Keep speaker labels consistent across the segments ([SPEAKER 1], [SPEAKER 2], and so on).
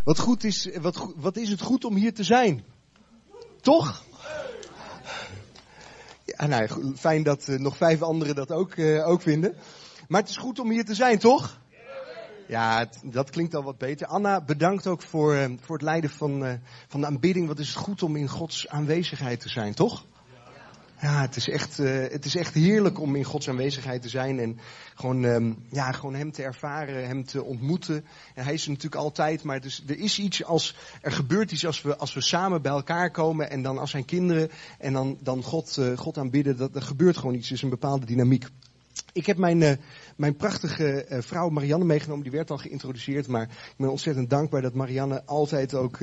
[SPEAKER 1] Wat is het goed om hier te zijn? Toch? Ja, nou, fijn dat nog 5 anderen dat ook vinden. Maar het is goed om hier te zijn, toch? Ja, dat klinkt al wat beter. Anna, bedankt ook voor het leiden van de aanbidding. Wat is het goed om in Gods aanwezigheid te zijn, toch? Ja, het is echt heerlijk om in Gods aanwezigheid te zijn en gewoon hem te ervaren, hem te ontmoeten. En hij is er natuurlijk altijd, maar er is iets er gebeurt iets als we samen bij elkaar komen en dan als zijn kinderen en dan God aanbidden, er gebeurt gewoon iets, er is een bepaalde dynamiek. Ik heb mijn prachtige vrouw Marianne meegenomen, die werd al geïntroduceerd, maar ik ben ontzettend dankbaar dat Marianne altijd ook,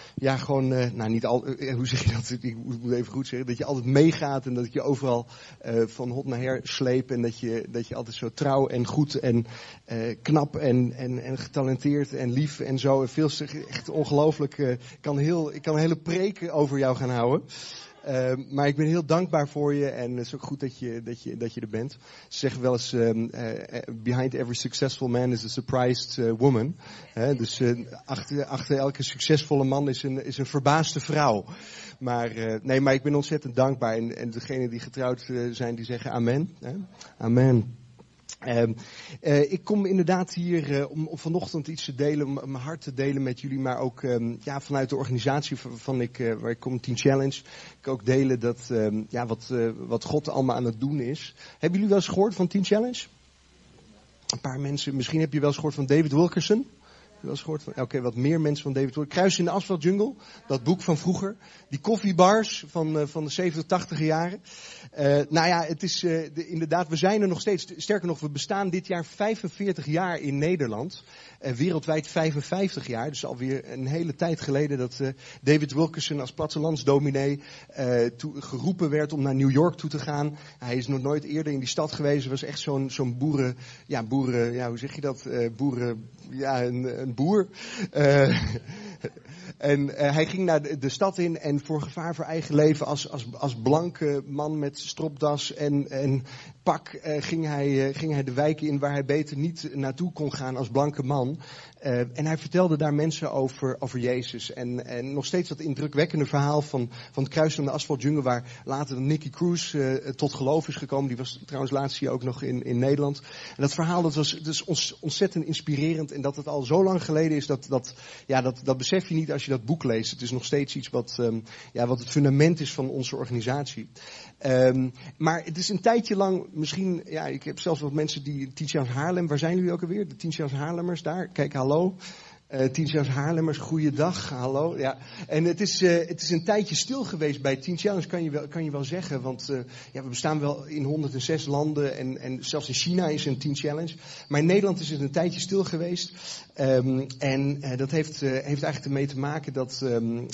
[SPEAKER 1] niet al, hoe zeg je dat, ik moet even goed zeggen, dat je altijd meegaat en dat je overal van hot naar her sleept en dat je altijd zo trouw en goed en knap en getalenteerd en lief en zo, echt ongelooflijk, ik kan een hele preek over jou gaan houden. Maar ik ben heel dankbaar voor je en het is ook goed dat je er bent. Ze zeggen wel eens, behind every successful man is a surprised woman. Dus achter elke succesvolle man is een verbaasde vrouw. Maar ik ben ontzettend dankbaar en degenen die getrouwd zijn, die zeggen amen. Amen. Ik kom inderdaad hier om vanochtend iets te delen, om mijn hart te delen met jullie, maar ook vanuit de organisatie waar ik kom, Teen Challenge, ik ook delen dat wat God allemaal aan het doen is. Hebben jullie wel eens gehoord van Teen Challenge? Een paar mensen, misschien heb je wel eens gehoord van David Wilkerson. Wel eens gehoord van? Oké, wat meer mensen van David Wilkerson. Kruis in de Asphalt Jungle, dat boek van vroeger. Die koffiebars van de 70, 80 jaren. Het is inderdaad, we zijn er nog steeds. Sterker nog, we bestaan dit jaar 45 jaar in Nederland. Wereldwijd 55 jaar. Dus alweer een hele tijd geleden dat David Wilkerson als plattelandsdominee geroepen werd om naar New York toe te gaan. Hij is nog nooit eerder in die stad geweest. Hij was echt zo'n boeren, hoe zeg je dat? Een boer. En hij ging naar de stad in en voor gevaar voor eigen leven als blanke man met stropdas en pak ging hij de wijken in waar hij beter niet naartoe kon gaan als blanke man. En hij vertelde daar mensen over Jezus. En nog steeds dat indrukwekkende verhaal van het kruisen van de Asphalt Jungle, waar later Nicky Cruz tot geloof is gekomen. Die was trouwens laatst hier ook nog in Nederland. En dat verhaal dat is ontzettend inspirerend. En dat het al zo lang geleden is, dat besef je niet als je dat boek leest. Het is nog steeds iets wat het fundament is van onze organisatie. Maar het is een tijdje lang, misschien, ik heb zelfs wat mensen die Teen Challenge Haarlem, waar zijn jullie ook alweer? De Teen Challenge Haarlemmers daar, kijk, hallo. Teen Challenge Haarlemmers, goeiedag, hallo. Ja. En het is een tijdje stil geweest bij Teen Challenge, kan je wel zeggen. Want we bestaan wel in 106 landen en zelfs in China is een Teen Challenge. Maar in Nederland is het een tijdje stil geweest. Dat heeft eigenlijk ermee te maken dat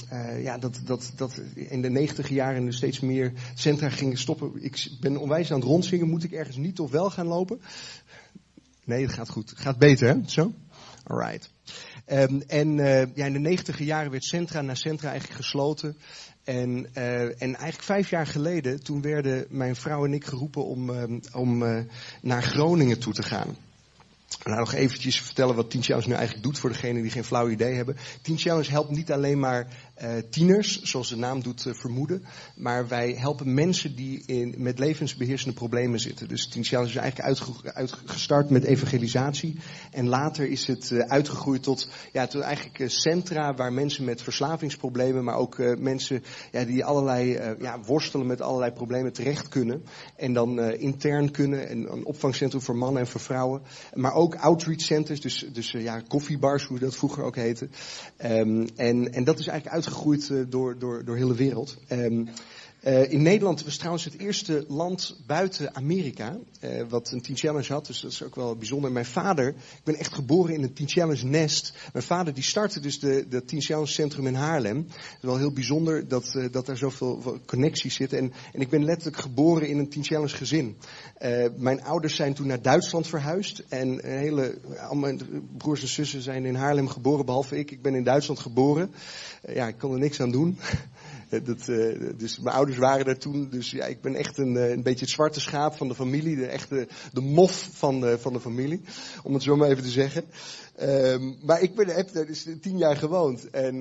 [SPEAKER 1] in de 90 jaren er steeds meer centra gingen stoppen. Ik ben onwijs aan het rondzingen. Moet ik ergens niet of wel gaan lopen? Nee, het gaat goed. Het gaat beter, hè? Zo? Alright. In de 90 jaren werd centra na centra eigenlijk gesloten. En eigenlijk 5 jaar geleden, toen werden mijn vrouw en ik geroepen om naar Groningen toe te gaan. Nou, nog eventjes vertellen wat Teen Challenge nu eigenlijk doet voor degenen die geen flauw idee hebben. Teen Challenge helpt niet alleen maar tieners, zoals de naam doet vermoeden. Maar wij helpen mensen die met levensbeheersende problemen zitten. Dus Teen Challenge is eigenlijk uitgestart met evangelisatie. En later is het uitgegroeid tot eigenlijk centra waar mensen met verslavingsproblemen, maar ook mensen die allerlei worstelen met allerlei problemen terecht kunnen. En dan intern kunnen. En een opvangcentrum voor mannen en voor vrouwen. Maar ook outreach centers, dus koffiebars, hoe dat vroeger ook heette. En dat is eigenlijk uitgegroeid door heel de wereld. In Nederland was trouwens het eerste land buiten Amerika wat een Teen Challenge had. Dus dat is ook wel bijzonder. Mijn vader, ik ben echt geboren in een Teen Challenge nest. Mijn vader die startte dus de Teen Challenge Centrum in Haarlem. Het is wel heel bijzonder dat daar zoveel connecties zitten. En ik ben letterlijk geboren in een Teen Challenge gezin. Mijn ouders zijn toen naar Duitsland verhuisd. En al mijn broers en zussen zijn in Haarlem geboren, behalve ik. Ik ben in Duitsland geboren. Ik kon er niks aan doen. Dus mijn ouders waren daar toen. Dus ja, ik ben echt een beetje het zwarte schaap van de familie. De mof van de familie. Om het zo maar even te zeggen. Maar ik heb daar dus 10 jaar gewoond. En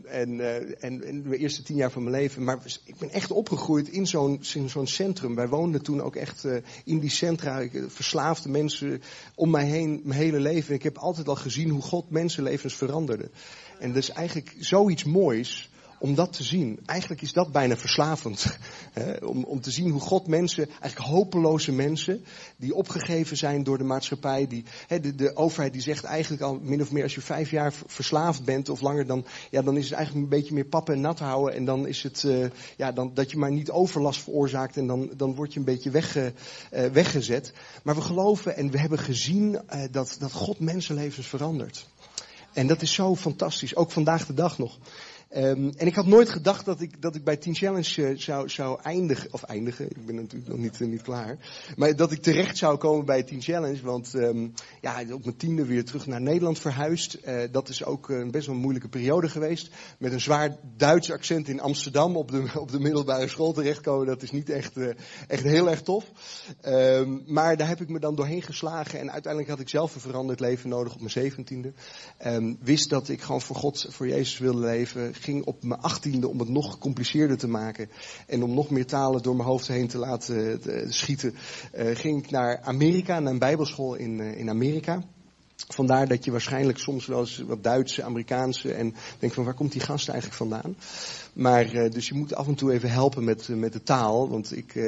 [SPEAKER 1] de eerste 10 jaar van mijn leven. Maar ik ben echt opgegroeid in zo'n centrum. Wij woonden toen ook echt in die centra. Verslaafde mensen om mij heen mijn hele leven. Ik heb altijd al gezien hoe God mensenlevens veranderde. En dat is eigenlijk zoiets moois om dat te zien. Eigenlijk is dat bijna verslavend. Om te zien hoe God mensen, eigenlijk hopeloze mensen, die opgegeven zijn door de maatschappij. De overheid die zegt eigenlijk al min of meer als je 5 jaar verslaafd bent of langer, dan is het eigenlijk een beetje meer pappen en nat houden. En dan is het dat je maar niet overlast veroorzaakt en dan word je een beetje weggezet. Maar we geloven en we hebben gezien dat God mensenlevens verandert. En dat is zo fantastisch, ook vandaag de dag nog. En ik had nooit gedacht dat ik bij Teen Challenge zou eindigen. Ik ben natuurlijk nog niet klaar. Maar dat ik terecht zou komen bij Teen Challenge. Want op mijn 10e weer terug naar Nederland verhuisd. Dat is ook best wel een moeilijke periode geweest. Met een zwaar Duits accent in Amsterdam op de middelbare school terechtkomen. Dat is niet echt heel erg tof. Maar daar heb ik me dan doorheen geslagen. En uiteindelijk had ik zelf een veranderd leven nodig op mijn 17e. Wist dat ik gewoon voor God, voor Jezus wilde leven. Ging op mijn 18e om het nog gecompliceerder te maken. En om nog meer talen door mijn hoofd heen te laten schieten. Ging ik naar Amerika, naar een bijbelschool in Amerika. Vandaar dat je waarschijnlijk soms wel eens wat Duitse, Amerikaanse en denkt van waar komt die gast eigenlijk vandaan. Maar dus je moet af en toe even helpen met de taal. Want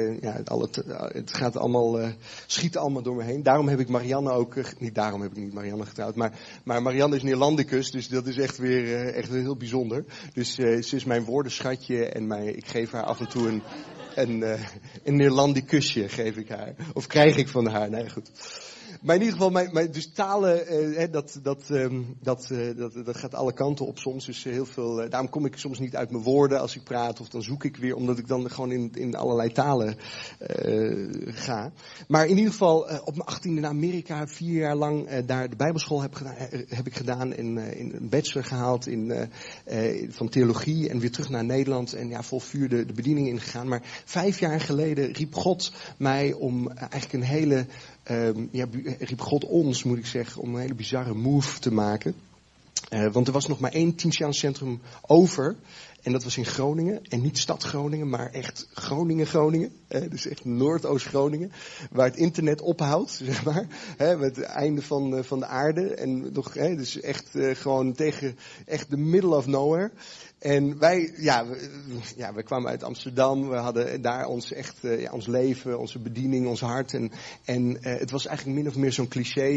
[SPEAKER 1] het gaat allemaal, schiet allemaal door me heen. Daarom heb ik Marianne ook, daarom heb ik niet Marianne getrouwd. Maar Marianne is Neerlandicus, dus dat is echt weer heel bijzonder. Dus ze is mijn woordenschatje en ik geef haar af en toe een Neerlandicusje geef ik haar. Of krijg ik van haar, nee goed. Maar in ieder geval, dus talen, dat gaat alle kanten op soms. Dus heel veel, daarom kom ik soms niet uit mijn woorden als ik praat. Of dan zoek ik weer, omdat ik dan gewoon in allerlei talen ga. Maar in ieder geval, op mijn 18e naar Amerika, 4 jaar lang daar de bijbelschool heb ik gedaan. In een bachelor gehaald van theologie. En weer terug naar Nederland. En vol vuur de bediening ingegaan. Maar 5 jaar geleden riep God mij om eigenlijk een hele... riep God ons, moet ik zeggen, om een hele bizarre move te maken. Want er was nog maar 1 Teen Challenge centrum over. En dat was in Groningen. En niet stad Groningen, maar echt Groningen. Dus echt Noordoost-Groningen. Waar het internet ophoudt, zeg maar. Met het einde van de aarde. En nog, dus echt gewoon tegen echt the middle of nowhere. En wij kwamen uit Amsterdam. We hadden daar ons leven, onze bediening, ons hart. En het was eigenlijk min of meer zo'n cliché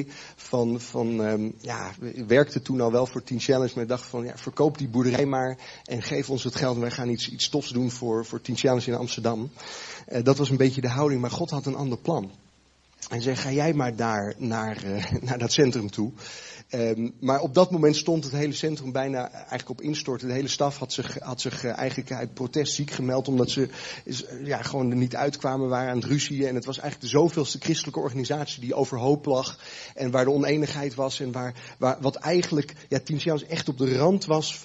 [SPEAKER 1] we werkten toen al wel voor Teen Challenge. Maar ik dacht van, verkoop die boerderij maar en geef ons het geld. En wij gaan iets tofs doen voor Teen Challenge in Amsterdam. Dat was een beetje de houding. Maar God had een ander plan. Hij zei, ga jij maar daar naar dat centrum toe. Maar op dat moment stond het hele centrum bijna eigenlijk op instorten. De hele staf had zich eigenlijk uit protest ziek gemeld. Omdat ze gewoon er niet uitkwamen, waren aan het ruzieën. En het was eigenlijk de zoveelste christelijke organisatie die overhoop lag. En waar de oneenigheid was. En wat eigenlijk Teen Challenge echt op de rand was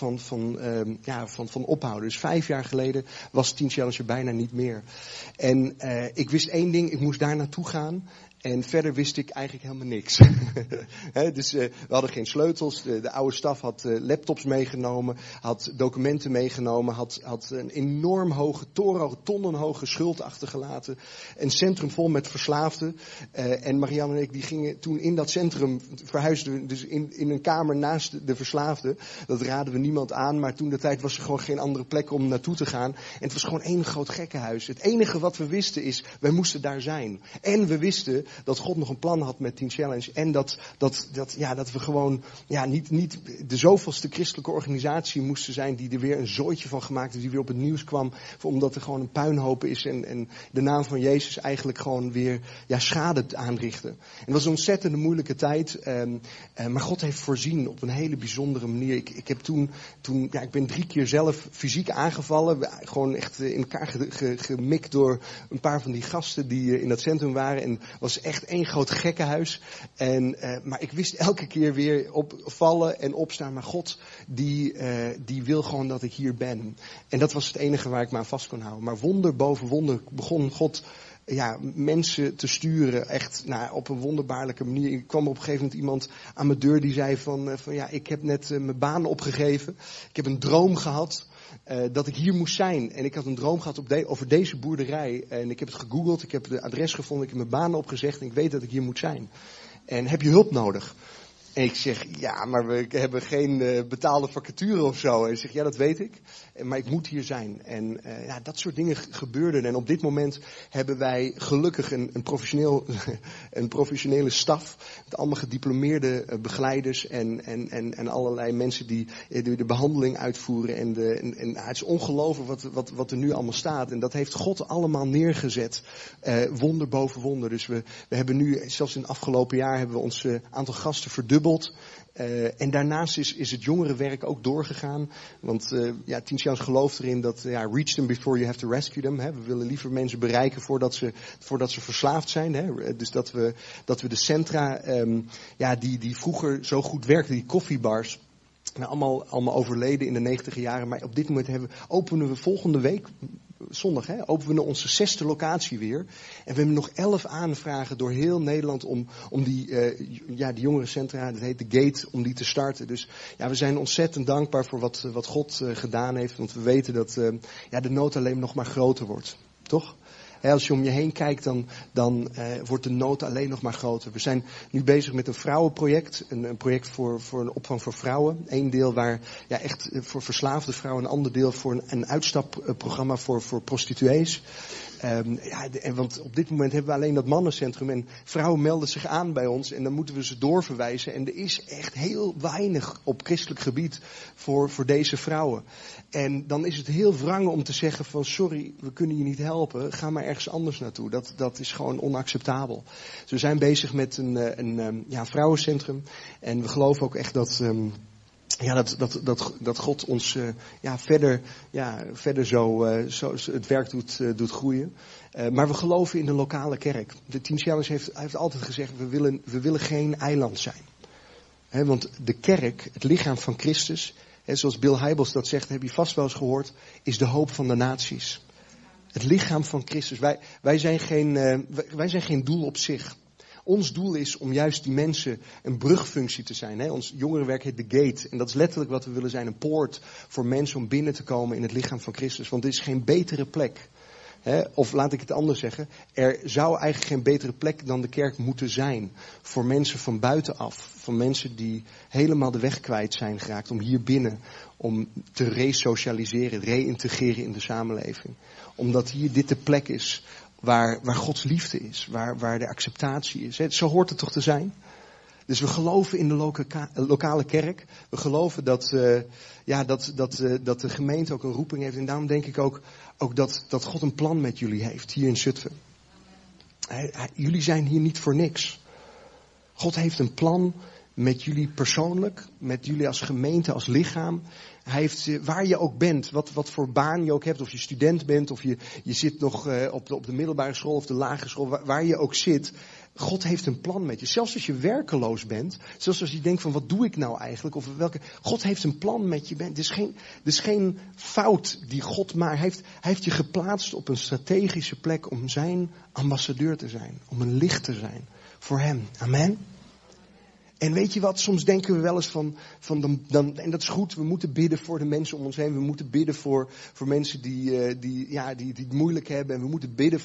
[SPEAKER 1] van ophouden. Dus 5 jaar geleden was Teen Challenge er bijna niet meer. En ik wist 1 ding, ik moest daar naartoe gaan. En verder wist ik eigenlijk helemaal niks. Dus we hadden geen sleutels. De oude staf had laptops meegenomen. Had documenten meegenomen. Had een enorm hoge, tonnenhoge schuld achtergelaten. Een centrum vol met verslaafden. En Marianne en ik die gingen toen in dat centrum verhuisden. Dus in een kamer naast de verslaafden. Dat raden we niemand aan. Maar toen de tijd was er gewoon geen andere plek om naartoe te gaan. En het was gewoon één groot gekkenhuis. Het enige wat we wisten is, wij moesten daar zijn. En we wisten dat God nog een plan had met Teen Challenge. En dat we gewoon niet de zoveelste christelijke organisatie moesten zijn die er weer een zooitje van gemaakt heeft, die weer op het nieuws kwam. Omdat er gewoon een puinhoop is en de naam van Jezus eigenlijk gewoon weer schade aanrichten. En het was een ontzettend moeilijke tijd. Maar God heeft voorzien op een hele bijzondere manier. Ik heb toen ik ben 3 keer zelf fysiek aangevallen. Gewoon echt in elkaar gemikt door een paar van die gasten die in dat centrum waren. En was echt één groot gekkenhuis. Maar ik wist elke keer weer vallen en opstaan. Maar God, die wil gewoon dat ik hier ben. En dat was het enige waar ik me aan vast kon houden. Maar wonder boven wonder begon God mensen te sturen. Echt op een wonderbaarlijke manier. Ik kwam op een gegeven moment iemand aan mijn deur die zei van ik heb net mijn baan opgegeven. Ik heb een droom gehad. Dat ik hier moest zijn. En ik had een droom gehad over deze boerderij. En ik heb het gegoogeld, ik heb het adres gevonden, ik heb mijn baan opgezegd en ik weet dat ik hier moet zijn. En heb je hulp nodig? En ik zeg, ja, maar we hebben geen betaalde vacature of zo. En hij zegt, ja, dat weet ik. Maar ik moet hier zijn. En dat soort dingen gebeurden. En op dit moment hebben wij gelukkig een professionele staf. Met allemaal gediplomeerde begeleiders. En allerlei mensen die de behandeling uitvoeren. En het is ongelooflijk wat er nu allemaal staat. En dat heeft God allemaal neergezet. Wonder boven wonder. Dus we hebben nu, zelfs in het afgelopen jaar, hebben we ons aantal gasten verdubbeld. En daarnaast is het jongerenwerk ook doorgegaan. Want Tienstjaars gelooft erin dat reach them before you have to rescue them. Hè. We willen liever mensen bereiken voordat ze verslaafd zijn. Hè. Dus dat we de centra die vroeger zo goed werkten, die koffiebars. Allemaal overleden in de 90e jaren. Maar op dit moment openen we volgende week, zondag, openen we onze 6e locatie weer. En we hebben nog 11 aanvragen door heel Nederland om die jongerencentra, dat heet de Gate, om die te starten. Dus we zijn ontzettend dankbaar voor wat God gedaan heeft. Want we weten dat de nood alleen nog maar groter wordt. Toch? Als je om je heen kijkt, dan wordt de nood alleen nog maar groter. We zijn nu bezig met een vrouwenproject. Een project voor een opvang voor vrouwen. Eén deel waar echt voor verslaafde vrouwen. Een ander deel voor een uitstapprogramma voor prostituees. Want op dit moment hebben we alleen dat mannencentrum. En vrouwen melden zich aan bij ons. En dan moeten we ze doorverwijzen. En er is echt heel weinig op christelijk gebied voor deze vrouwen. En dan is het heel wrang om te zeggen van sorry, we kunnen je niet helpen. Ga maar ergens anders naartoe. Dat is gewoon onacceptabel. Dus we zijn bezig met een vrouwencentrum. En we geloven ook echt dat God ons verder zo het werk doet groeien. Maar we geloven in de lokale kerk. De Teen Challenge heeft altijd gezegd, we willen geen eiland zijn. Want de kerk, het lichaam van Christus, zoals Bill Hybels dat zegt, heb je vast wel eens gehoord, is de hoop van de naties. Het lichaam van Christus. Wij zijn geen doel op zich. Ons doel is om juist die mensen een brugfunctie te zijn. Ons jongerenwerk heet The Gate. En dat is letterlijk wat we willen zijn. Een poort voor mensen om binnen te komen in het lichaam van Christus. Want er is geen betere plek. Of laat ik het anders zeggen. Er zou eigenlijk geen betere plek dan de kerk moeten zijn. Voor mensen van buitenaf. Voor mensen die helemaal de weg kwijt zijn geraakt. Om hier binnen. Om te resocialiseren. Reïntegreren in de samenleving. Omdat hier dit de plek is. Waar Gods liefde is. Waar de acceptatie is. Zo hoort het toch te zijn? Dus we geloven in de lokale kerk. We geloven dat de gemeente ook een roeping heeft. En daarom denk ik ook dat God een plan met jullie heeft. Hier in Zutphen. Jullie zijn hier niet voor niks. God heeft een plan met jullie persoonlijk. Met jullie als gemeente, als lichaam. Hij heeft, waar je ook bent, wat voor baan je ook hebt, of je student bent, of je zit nog op de middelbare school of de lagere school, waar je ook zit. God heeft een plan met je. Zelfs als je werkeloos bent, zelfs als je denkt van wat doe ik nou eigenlijk, God heeft een plan met je. Het is geen fout die God maakt. Hij heeft je geplaatst op een strategische plek om zijn ambassadeur te zijn, om een licht te zijn voor hem. Amen. En weet je wat, soms denken we wel eens en dat is goed, we moeten bidden voor de mensen om ons heen. We moeten bidden voor mensen die het moeilijk hebben. En we moeten bidden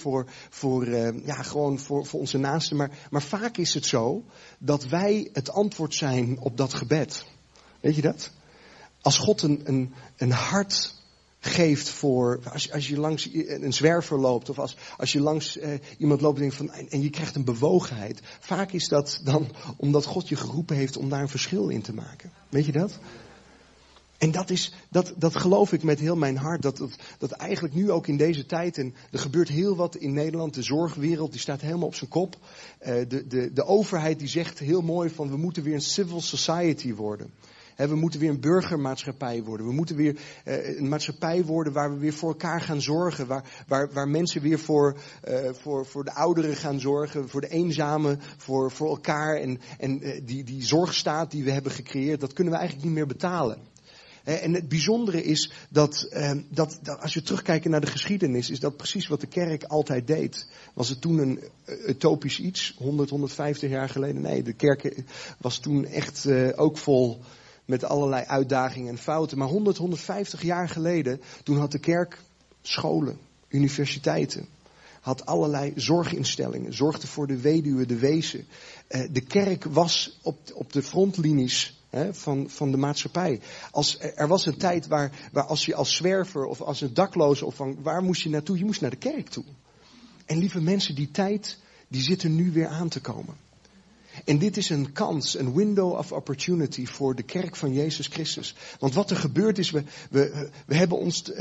[SPEAKER 1] voor onze naasten. Maar vaak is het zo dat wij het antwoord zijn op dat gebed. Weet je dat? Als God een hart geeft voor, als je langs een zwerver loopt of als je langs iemand loopt en je krijgt een bewogenheid. Vaak is dat dan omdat God je geroepen heeft om daar een verschil in te maken. Weet je dat? En dat geloof ik met heel mijn hart, dat eigenlijk nu ook in deze tijd, en er gebeurt heel wat in Nederland, de zorgwereld die staat helemaal op zijn kop. De overheid die zegt heel mooi van we moeten weer een civil society worden. We moeten weer een burgermaatschappij worden. We moeten weer een maatschappij worden waar we weer voor elkaar gaan zorgen. Waar mensen weer voor de ouderen gaan zorgen. Voor de eenzamen, voor elkaar. En die zorgstaat die we hebben gecreëerd, dat kunnen we eigenlijk niet meer betalen. En het bijzondere is dat als we terugkijken naar de geschiedenis, is dat precies wat de kerk altijd deed. Was het toen een utopisch iets, 150 jaar geleden? Nee, de kerk was toen echt ook vol met allerlei uitdagingen en fouten. Maar 150 jaar geleden, toen had de kerk scholen, universiteiten. Had allerlei zorginstellingen, zorgde voor de weduwe, de wezen. De kerk was op de frontlinies van de maatschappij. Er was een tijd waar als je als zwerver of als een dakloze opvang, waar moest je naartoe? Je moest naar de kerk toe. En lieve mensen, die tijd, die zit er nu weer aan te komen. En dit is een kans, een window of opportunity voor de kerk van Jezus Christus. Want wat er gebeurt is, we hebben ons,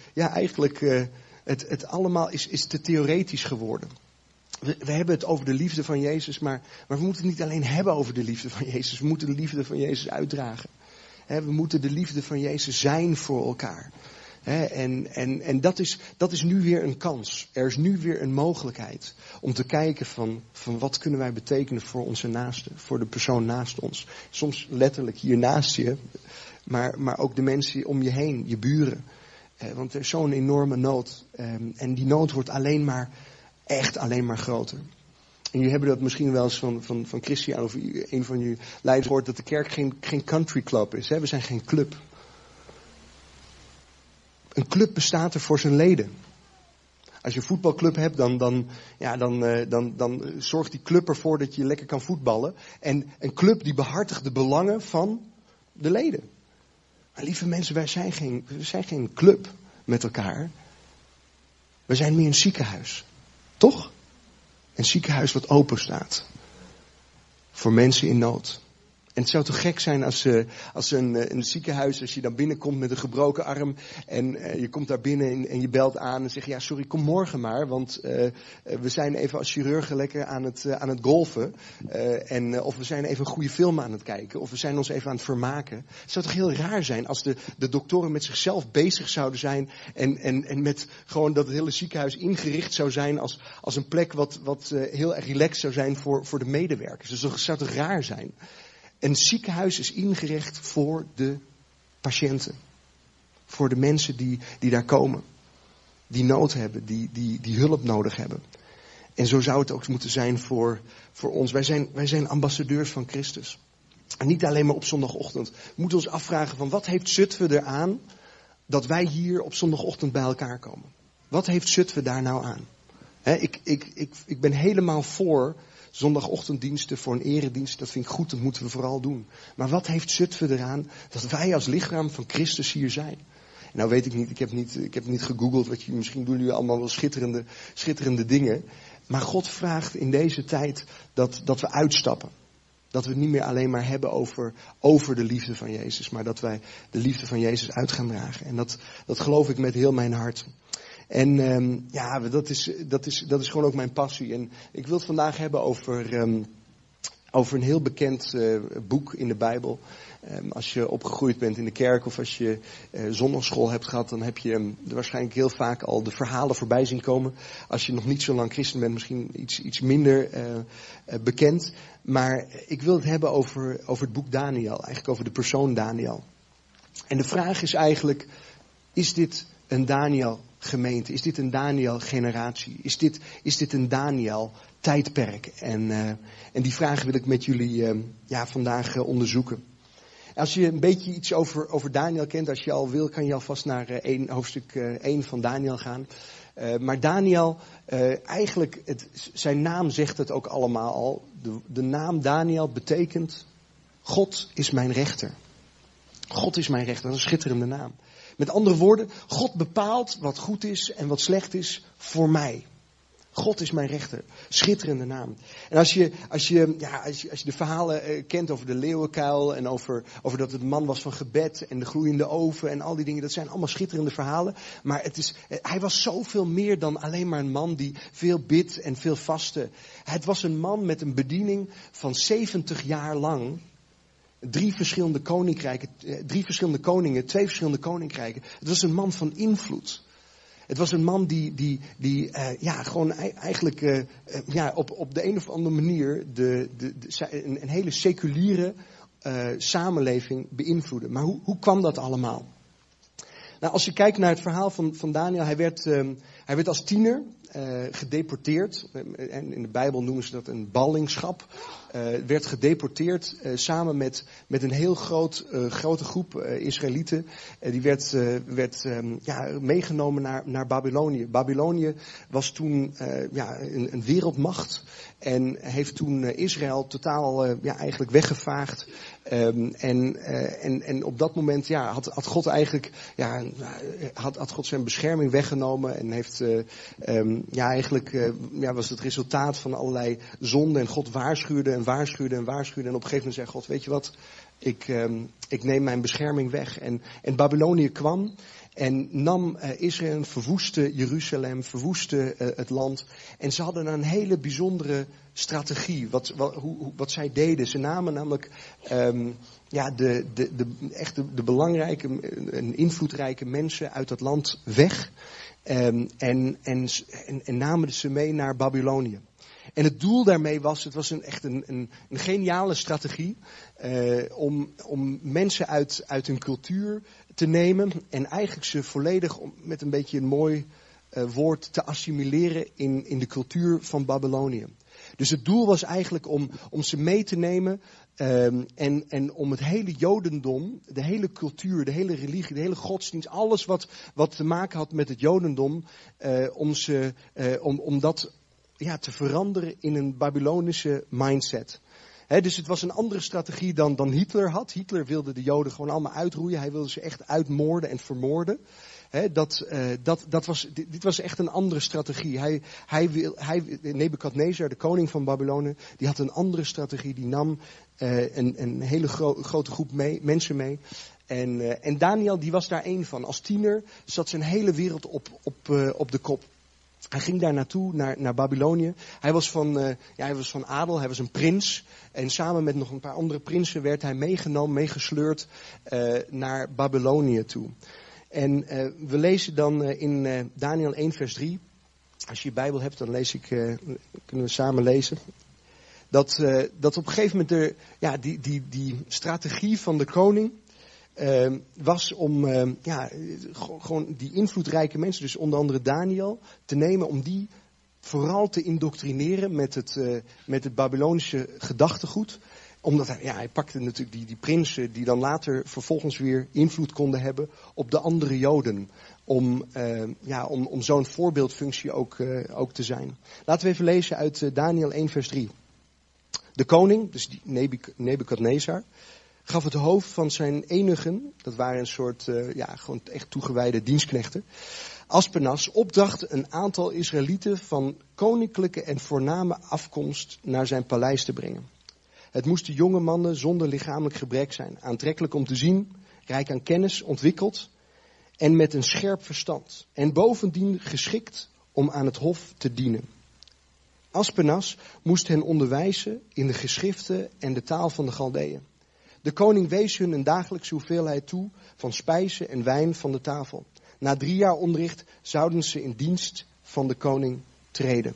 [SPEAKER 1] het allemaal is te theoretisch geworden. We hebben het over de liefde van Jezus, maar we moeten het niet alleen hebben over de liefde van Jezus. We moeten de liefde van Jezus uitdragen. We moeten de liefde van Jezus zijn voor elkaar. En dat is nu weer een kans. Er is nu weer een mogelijkheid om te kijken van wat kunnen wij betekenen voor onze naasten. Voor de persoon naast ons. Soms letterlijk hier naast je, maar ook de mensen om je heen, je buren. Want er is zo'n enorme nood. En die nood wordt alleen maar groter. En jullie hebben dat misschien wel eens van Christian of een van jullie leiders gehoord, dat de kerk geen country club is. We zijn geen club. Een club bestaat er voor zijn leden. Als je een voetbalclub hebt, dan zorgt die club ervoor dat je lekker kan voetballen. En een club die behartigt de belangen van de leden. Maar lieve mensen, wij zijn geen club met elkaar. We zijn meer een ziekenhuis. Toch? Een ziekenhuis wat open staat. Voor mensen in nood. En het zou toch gek zijn als een ziekenhuis, als je dan binnenkomt met een gebroken arm. En je komt daar binnen en je belt aan en zegt, ja sorry, kom morgen maar. Want we zijn even als chirurgen lekker aan het golfen. Of we zijn even een goede film aan het kijken. Of we zijn ons even aan het vermaken. Het zou toch heel raar zijn als de doktoren met zichzelf bezig zouden zijn. En met gewoon dat het hele ziekenhuis ingericht zou zijn als een plek wat heel erg relaxed zou zijn voor de medewerkers. Dus dat zou toch raar zijn. Een ziekenhuis is ingericht voor de patiënten. Voor de mensen die daar komen. Die nood hebben, die hulp nodig hebben. En zo zou het ook moeten zijn voor ons. Wij zijn ambassadeurs van Christus. En niet alleen maar op zondagochtend. We moeten ons afvragen van wat heeft Zutphen eraan dat wij hier op zondagochtend bij elkaar komen. Wat heeft Zutphen daar nou aan? Ik ben helemaal voor zondagochtenddiensten, voor een eredienst. Dat vind ik goed, dat moeten we vooral doen. Maar wat heeft Zutphen eraan dat wij als lichaam van Christus hier zijn? Nou weet ik niet, ik heb niet gegoogeld. Misschien doen jullie allemaal wel schitterende dingen. Maar God vraagt in deze tijd dat we uitstappen. Dat we het niet meer alleen maar hebben over de liefde van Jezus. Maar dat wij de liefde van Jezus uit gaan dragen. En dat geloof ik met heel mijn hart. En dat is gewoon ook mijn passie. En ik wil het vandaag hebben over een heel bekend boek in de Bijbel. Als je opgegroeid bent in de kerk of als je zondagschool hebt gehad, dan heb je waarschijnlijk heel vaak al de verhalen voorbij zien komen. Als je nog niet zo lang christen bent, misschien iets minder bekend. Maar ik wil het hebben over het boek Daniel, eigenlijk over de persoon Daniel. En de vraag is eigenlijk, is dit een Daniel gemeente? Is dit een Daniel generatie? Is dit een Daniel tijdperk? En die vraag wil ik met jullie vandaag onderzoeken. Als je een beetje iets over Daniel kent, als je al wil, kan je alvast naar hoofdstuk 1 van Daniel gaan. Maar Daniel, zijn naam zegt het ook allemaal al. De naam Daniel betekent, God is mijn rechter. God is mijn rechter, dat is een schitterende naam. Met andere woorden, God bepaalt wat goed is en wat slecht is voor mij. God is mijn rechter. Schitterende naam. En als je de verhalen kent over de leeuwenkuil en over dat het man was van gebed en de gloeiende oven en al die dingen, dat zijn allemaal schitterende verhalen. Maar hij was zoveel meer dan alleen maar een man die veel bidt en veel vastte. Het was een man met een bediening van 70 jaar lang 3 verschillende koninkrijken, 2 verschillende koninkrijken. Het was een man van invloed. Het was een man die gewoon eigenlijk op de een of andere manier een hele seculiere samenleving beïnvloedde. Maar hoe kwam dat allemaal? Nou, als je kijkt naar het verhaal van Daniel, hij werd als tiener gedeporteerd. En in de Bijbel noemen ze dat een ballingschap. Werd gedeporteerd samen met een heel grote groep Israëlieten. Die werd meegenomen naar Babylonië. Babylonië was toen een wereldmacht. En heeft toen Israël totaal eigenlijk weggevaagd. En op dat moment had God eigenlijk had God zijn bescherming weggenomen. En heeft was het resultaat van allerlei zonden. En God waarschuwde. En op een gegeven moment zei God, weet je wat, ik neem mijn bescherming weg. En Babylonië kwam en nam Israël, verwoestte Jeruzalem, verwoestte het land. En ze hadden een hele bijzondere strategie, wat zij deden. Ze namen namelijk de belangrijke en invloedrijke mensen uit dat land weg. En namen ze mee naar Babylonië. En het doel daarmee was, het was echt een geniale strategie om mensen uit hun cultuur te nemen en eigenlijk ze volledig, met een beetje een mooi woord, te assimileren in de cultuur van Babylonië. Dus het doel was eigenlijk om ze mee te nemen en om het hele Jodendom, de hele cultuur, de hele religie, de hele godsdienst, alles wat te maken had met het Jodendom, om dat te veranderen in een Babylonische mindset. Dus het was een andere strategie dan Hitler had. Hitler wilde de Joden gewoon allemaal uitroeien. Hij wilde ze echt uitmoorden en vermoorden. Dit was echt een andere strategie. Nebukadnezar, de koning van Babylonië, die had een andere strategie. Die nam een hele grote groep mensen mee. En Daniel, die was daar één van. Als tiener zat zijn hele wereld op de kop. Hij ging daar naartoe, naar Babylonië. Hij was van adel, hij was een prins. En samen met nog een paar andere prinsen werd hij meegesleurd naar Babylonië toe. En we lezen dan in Daniel 1 vers 3. Als je je Bijbel hebt, dan kunnen we samen lezen. Dat op een gegeven moment die strategie van de koning was om gewoon die invloedrijke mensen, dus onder andere Daniel, te nemen om die vooral te indoctrineren met het Babylonische gedachtegoed. Omdat hij pakte natuurlijk die prinsen die dan later vervolgens weer invloed konden hebben op de andere Joden. Om zo'n voorbeeldfunctie ook te zijn. Laten we even lezen uit Daniel 1 vers 3. De koning, dus Nebukadnezar, gaf het hoofd van zijn enigen, dat waren een soort gewoon echt toegewijde dienstknechten, Aspenas, opdracht een aantal Israëlieten van koninklijke en voorname afkomst naar zijn paleis te brengen. Het moesten jonge mannen zonder lichamelijk gebrek zijn, aantrekkelijk om te zien, rijk aan kennis, ontwikkeld en met een scherp verstand. En bovendien geschikt om aan het hof te dienen. Aspenas moest hen onderwijzen in de geschriften en de taal van de Galdeeën. De koning wees hun een dagelijkse hoeveelheid toe van spijzen en wijn van de tafel. Na 3 jaar onderricht zouden ze in dienst van de koning treden.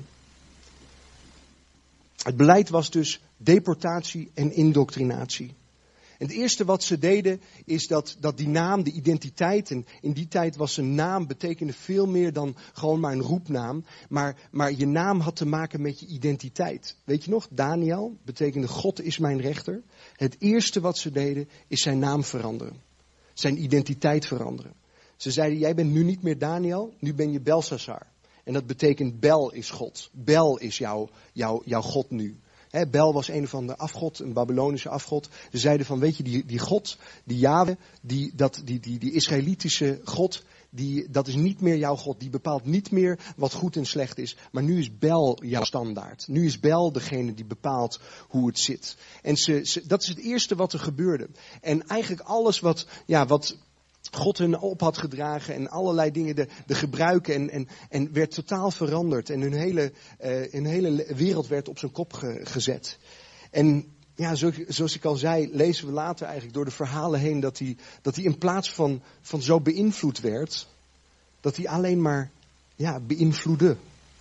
[SPEAKER 1] Het beleid was dus deportatie en indoctrinatie. En het eerste wat ze deden is dat die naam, de identiteit, en in die tijd was een naam betekende veel meer dan gewoon maar een roepnaam. Maar je naam had te maken met je identiteit. Weet je nog, Daniel betekende God is mijn rechter. Het eerste wat ze deden is zijn naam veranderen. Zijn identiteit veranderen. Ze zeiden, jij bent nu niet meer Daniel, nu ben je Belshazzar. En dat betekent Bel is God. Bel is jouw God nu. Bel was een of andere afgod, een Babylonische afgod. Ze zeiden van, weet je, die God, die Jahwe, die Israëlitische God, dat is niet meer jouw God. Die bepaalt niet meer wat goed en slecht is. Maar nu is Bel jouw standaard. Nu is Bel degene die bepaalt hoe het zit. En dat is het eerste wat er gebeurde. En eigenlijk alles wat God hun op had gedragen en allerlei dingen, de gebruiken en werd totaal veranderd. En hun hele wereld werd op zijn kop gezet. En ja, zoals ik al zei, lezen we later eigenlijk door de verhalen heen dat hij in plaats van zo beïnvloed werd, dat hij alleen maar beïnvloedde.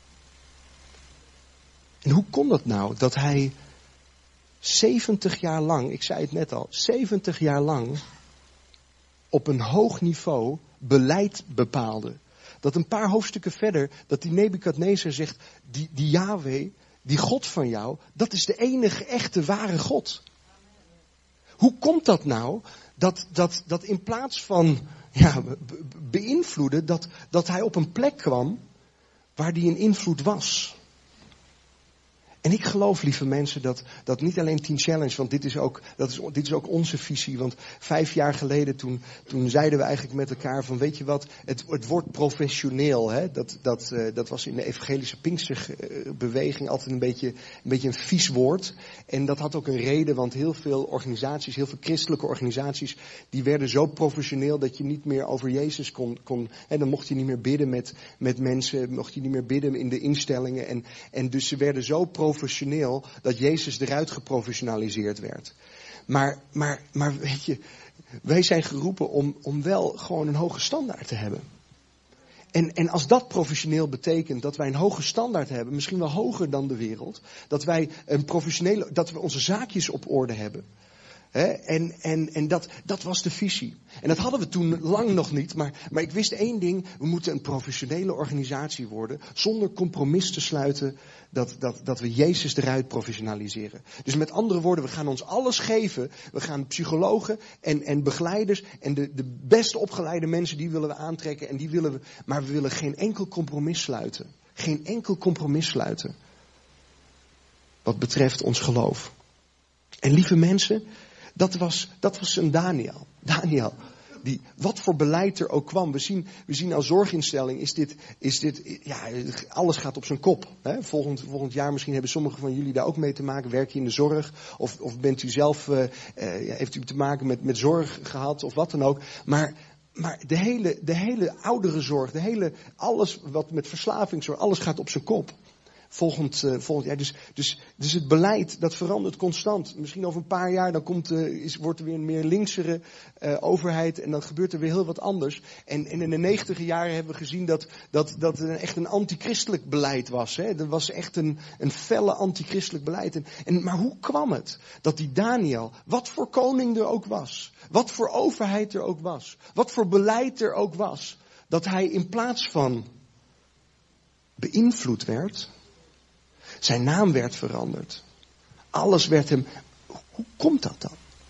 [SPEAKER 1] En hoe kon dat nou? Dat hij 70 jaar lang, ik zei het net al, 70 jaar lang op een hoog niveau beleid bepaalde. Dat een paar hoofdstukken verder, dat die Nebukadnezar zegt, die Yahweh, die God van jou, dat is de enige echte ware God. Hoe komt dat nou? Dat in plaats van beïnvloeden, dat hij op een plek kwam waar die een invloed was. En ik geloof, lieve mensen, dat niet alleen Teen Challenge, want dit is ook onze visie. Want 5 jaar geleden toen zeiden we eigenlijk met elkaar van, weet je wat, het woord professioneel, hè, dat was in de evangelische Pinksterbeweging altijd een beetje een vies woord. En dat had ook een reden, want heel veel organisaties, heel veel christelijke organisaties, die werden zo professioneel dat je niet meer over Jezus kon hè, dan mocht je niet meer bidden met mensen, mocht je niet meer bidden in de instellingen. En dus ze werden zo professioneel dat Jezus eruit geprofessionaliseerd werd. Maar weet je, wij zijn geroepen om wel gewoon een hoge standaard te hebben. En als dat professioneel betekent dat wij een hoge standaard hebben, misschien wel hoger dan de wereld, dat wij dat we onze zaakjes op orde hebben. En dat was de visie. En dat hadden we toen lang nog niet. Maar ik wist één ding. We moeten een professionele organisatie worden. Zonder compromis te sluiten dat we Jezus eruit professionaliseren. Dus met andere woorden, we gaan ons alles geven. We gaan psychologen en begeleiders en de best opgeleide mensen, die willen we aantrekken. En maar we willen geen enkel compromis sluiten. Geen enkel compromis sluiten. Wat betreft ons geloof. En lieve mensen, dat was een Daniel. Daniel, wat voor beleid er ook kwam. We zien als zorginstelling is dit alles gaat op zijn kop. Hè? Volgend jaar misschien hebben sommigen van jullie daar ook mee te maken. Werk je in de zorg? Of bent u zelf, heeft u te maken met zorg gehad of wat dan ook. Maar de hele ouderenzorg, alles wat met verslavingszorg, alles gaat op zijn kop. Volgend jaar. Dus het beleid, dat verandert constant. Misschien over een paar jaar, dan wordt er weer een meer linksere overheid. En dan gebeurt er weer heel wat anders. En in de 90e jaren hebben we gezien dat er echt een antichristelijk beleid was. Hè? Er was echt een felle antichristelijk beleid. Maar hoe kwam het dat die Daniel, wat voor koning er ook was, wat voor overheid er ook was, wat voor beleid er ook was, dat hij in plaats van beïnvloed werd, zijn naam werd veranderd. Alles werd hem. Hoe komt dat dan?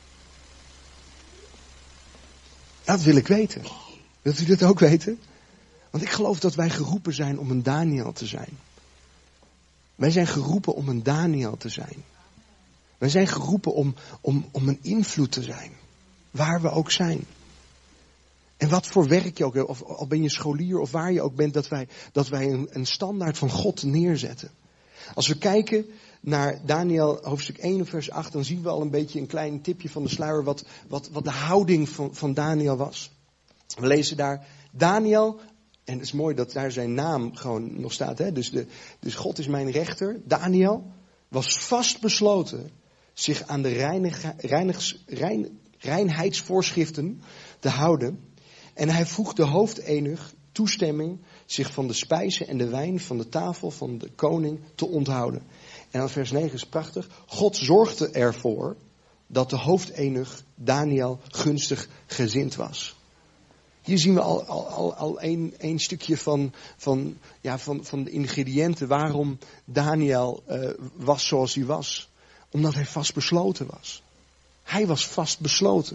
[SPEAKER 1] Dat wil ik weten. Wilt u dat ook weten? Want ik geloof dat wij geroepen zijn om een Daniel te zijn. Wij zijn geroepen om een Daniel te zijn. Wij zijn geroepen om een invloed te zijn. Waar we ook zijn. En wat voor werk je ook, of al ben je scholier of waar je ook bent, dat wij een standaard van God neerzetten. Als we kijken naar Daniel hoofdstuk 1 vers 8, dan zien we al een beetje een klein tipje van de sluier wat de houding van Daniel was. We lezen daar Daniel, en het is mooi dat daar zijn naam gewoon nog staat. Hè? Dus God is mijn rechter. Daniel was vastbesloten zich aan de reinheidsvoorschriften te houden. En hij vroeg de hoofdenig toestemming zich van de spijzen en de wijn van de tafel van de koning te onthouden. En dan vers 9 is prachtig. God zorgde ervoor dat de hoofdenig Daniel gunstig gezind was. Hier zien we al één stukje van de ingrediënten waarom Daniel was zoals hij was. Omdat hij vastbesloten was. Hij was vastbesloten.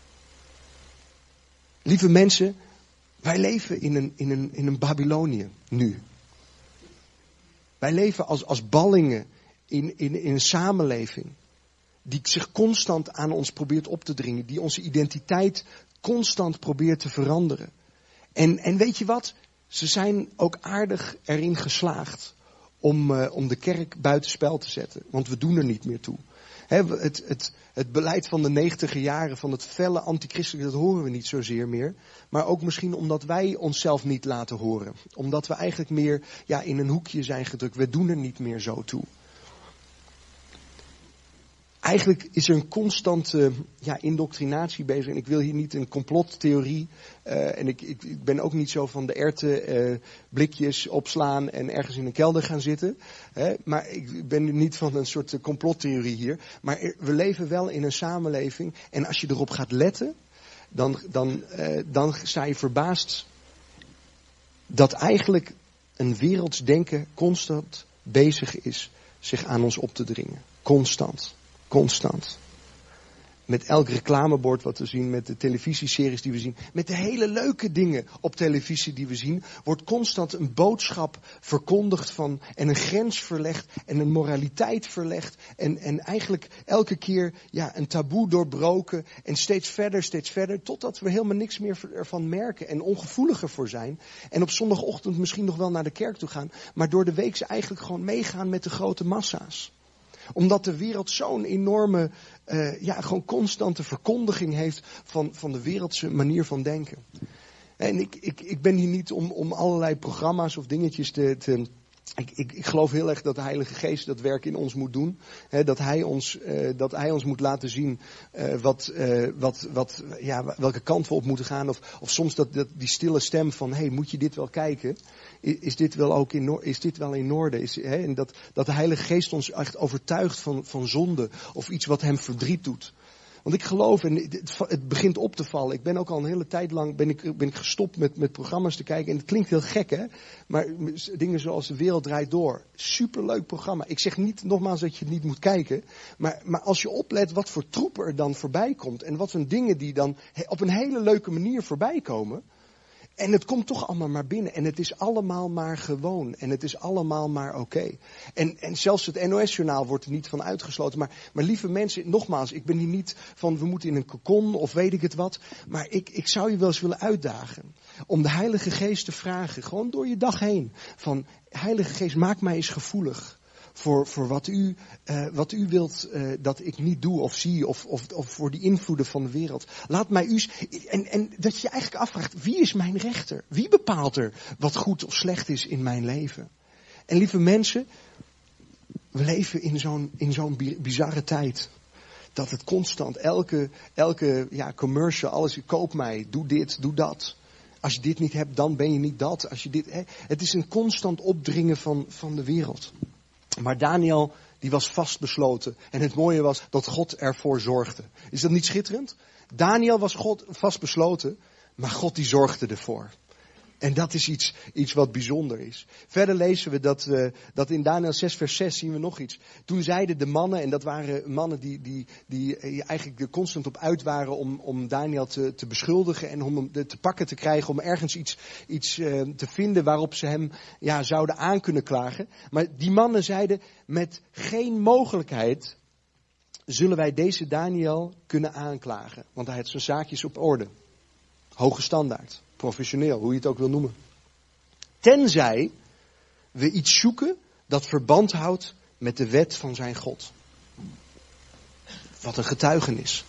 [SPEAKER 1] Lieve mensen, wij leven in een Babylonië nu. Wij leven als ballingen in een samenleving die zich constant aan ons probeert op te dringen. Die onze identiteit constant probeert te veranderen. En weet je wat? Ze zijn ook aardig erin geslaagd om de kerk buitenspel te zetten. Want we doen er niet meer toe. Het beleid van de 90e jaren, van het felle antichristelijke, dat horen we niet zozeer meer. Maar ook misschien omdat wij onszelf niet laten horen. Omdat we eigenlijk meer in een hoekje zijn gedrukt. We doen er niet meer zo toe. Eigenlijk is er een constante indoctrinatie bezig. En ik wil hier niet een complottheorie. En ik ben ook niet zo van de erwten blikjes opslaan en ergens in een kelder gaan zitten. Maar ik ben niet van een soort complottheorie hier. Maar we leven wel in een samenleving. En als je erop gaat letten, dan sta je verbaasd dat eigenlijk een werelds denken constant bezig is zich aan ons op te dringen. Constant. Met elk reclamebord wat we zien, met de televisieseries die we zien, met de hele leuke dingen op televisie die we zien, wordt constant een boodschap verkondigd van, en een grens verlegd, en een moraliteit verlegd, en eigenlijk elke keer een taboe doorbroken, en steeds verder, totdat we helemaal niks meer ervan merken en ongevoeliger voor zijn. En op zondagochtend misschien nog wel naar de kerk toe gaan, maar door de week ze eigenlijk gewoon meegaan met de grote massa's. Omdat de wereld zo'n enorme, gewoon constante verkondiging heeft van de wereldse manier van denken. En ik ben hier niet om allerlei programma's of dingetjes te ik geloof heel erg dat de Heilige Geest dat werk in ons moet doen. Dat hij ons moet laten zien welke kant we op moeten gaan. Of soms die stille stem van, moet je dit wel kijken? Is dit wel in orde? En dat de Heilige Geest ons echt overtuigt van zonde of iets wat hem verdriet doet. Want ik geloof, en het begint op te vallen. Ik ben ook al een hele tijd lang ben ik gestopt met programma's te kijken. En het klinkt heel gek, hè? Maar dingen zoals De Wereld Draait Door. Superleuk programma. Ik zeg niet nogmaals dat je het niet moet kijken. Maar als je oplet wat voor troepen er dan voorbij komt. En wat voor dingen die dan op een hele leuke manier voorbij komen. En het komt toch allemaal maar binnen. En het is allemaal maar gewoon. En het is allemaal maar oké. En zelfs het NOS-journaal wordt er niet van uitgesloten. Maar lieve mensen, nogmaals, ik ben hier niet van we moeten in een kokon of weet ik het wat. Maar ik zou je wel eens willen uitdagen. Om de Heilige Geest te vragen, gewoon door je dag heen. Van, Heilige Geest, maak mij eens gevoelig. Voor wat u wilt dat ik niet doe of zie. Of voor die invloeden van de wereld. Laat mij en dat je je eigenlijk afvraagt. Wie is mijn rechter? Wie bepaalt er wat goed of slecht is in mijn leven? En lieve mensen. We leven in zo'n bizarre tijd. Dat het constant. Elke commercial. Alles. Koop mij. Doe dit. Doe dat. Als je dit niet hebt. Dan ben je niet dat. Het is een constant opdringen van de wereld. Maar Daniel, die was vastbesloten. En het mooie was dat God ervoor zorgde. Is dat niet schitterend? Daniel was vastbesloten, maar God die zorgde ervoor. En dat is iets wat bijzonder is. Verder lezen we dat in Daniel 6 vers 6 zien we nog iets. Toen zeiden de mannen, en dat waren mannen die eigenlijk er constant op uit waren om Daniel te beschuldigen en om hem te pakken te krijgen, om ergens iets te vinden waarop ze hem zouden aan kunnen klagen. Maar die mannen zeiden, met geen mogelijkheid zullen wij deze Daniel kunnen aanklagen. Want hij had zijn zaakjes op orde. Hoge standaard. Professioneel, hoe je het ook wil noemen. Tenzij we iets zoeken dat verband houdt met de wet van zijn God. Wat een getuigenis.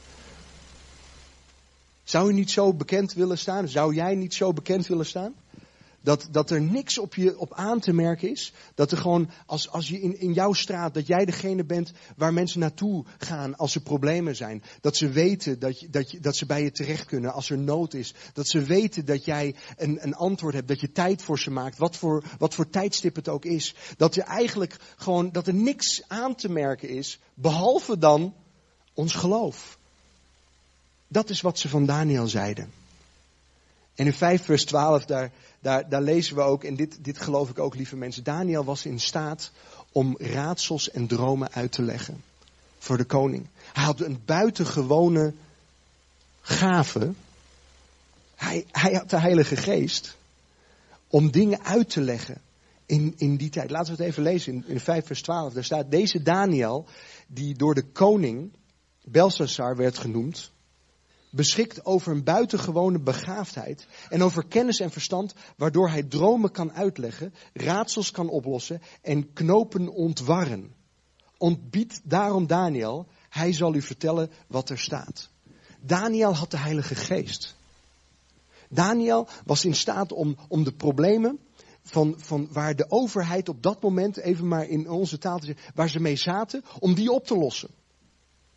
[SPEAKER 1] Zou u niet zo bekend willen staan? Zou jij niet zo bekend willen staan? Dat er niks op aan te merken is. Dat er gewoon, als je in jouw straat, dat jij degene bent waar mensen naartoe gaan als er problemen zijn. Dat ze weten dat ze bij je terecht kunnen als er nood is. Dat ze weten dat jij een antwoord hebt, dat je tijd voor ze maakt. Wat voor tijdstip het ook is. Dat er eigenlijk gewoon, dat er niks aan te merken is, behalve dan ons geloof. Dat is wat ze van Daniel zeiden. En in 5 vers 12, daar lezen we ook, en dit geloof ik ook, lieve mensen. Daniel was in staat om raadsels en dromen uit te leggen voor de koning. Hij had een buitengewone gave. Hij had de Heilige Geest om dingen uit te leggen in die tijd. Laten we het even lezen in 5 vers 12. Daar staat, deze Daniel, die door de koning Belshazzar werd genoemd, beschikt over een buitengewone begaafdheid en over kennis en verstand, waardoor hij dromen kan uitleggen, raadsels kan oplossen en knopen ontwarren. Ontbied daarom Daniel, hij zal u vertellen wat er staat. Daniel had de Heilige Geest. Daniel was in staat om de problemen van waar de overheid op dat moment, even maar in onze taal te zeggen, waar ze mee zaten, om die op te lossen.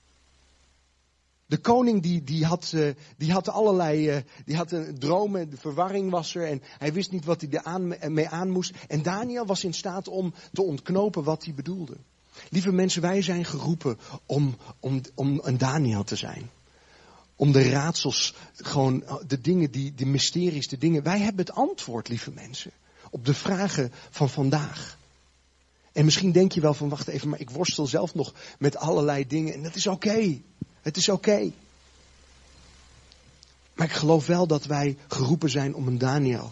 [SPEAKER 1] De koning die had allerlei, die had een dromen, de verwarring was er en hij wist niet wat hij mee aan moest. En Daniel was in staat om te ontknopen wat hij bedoelde. Lieve mensen, wij zijn geroepen om een Daniel te zijn. Om de raadsels, gewoon de dingen, de mysteries, de dingen. Wij hebben het antwoord, lieve mensen, op de vragen van vandaag. En misschien denk je wel van, wacht even, maar ik worstel zelf nog met allerlei dingen. En dat is oké. Het is oké. Maar ik geloof wel dat wij geroepen zijn om een Daniel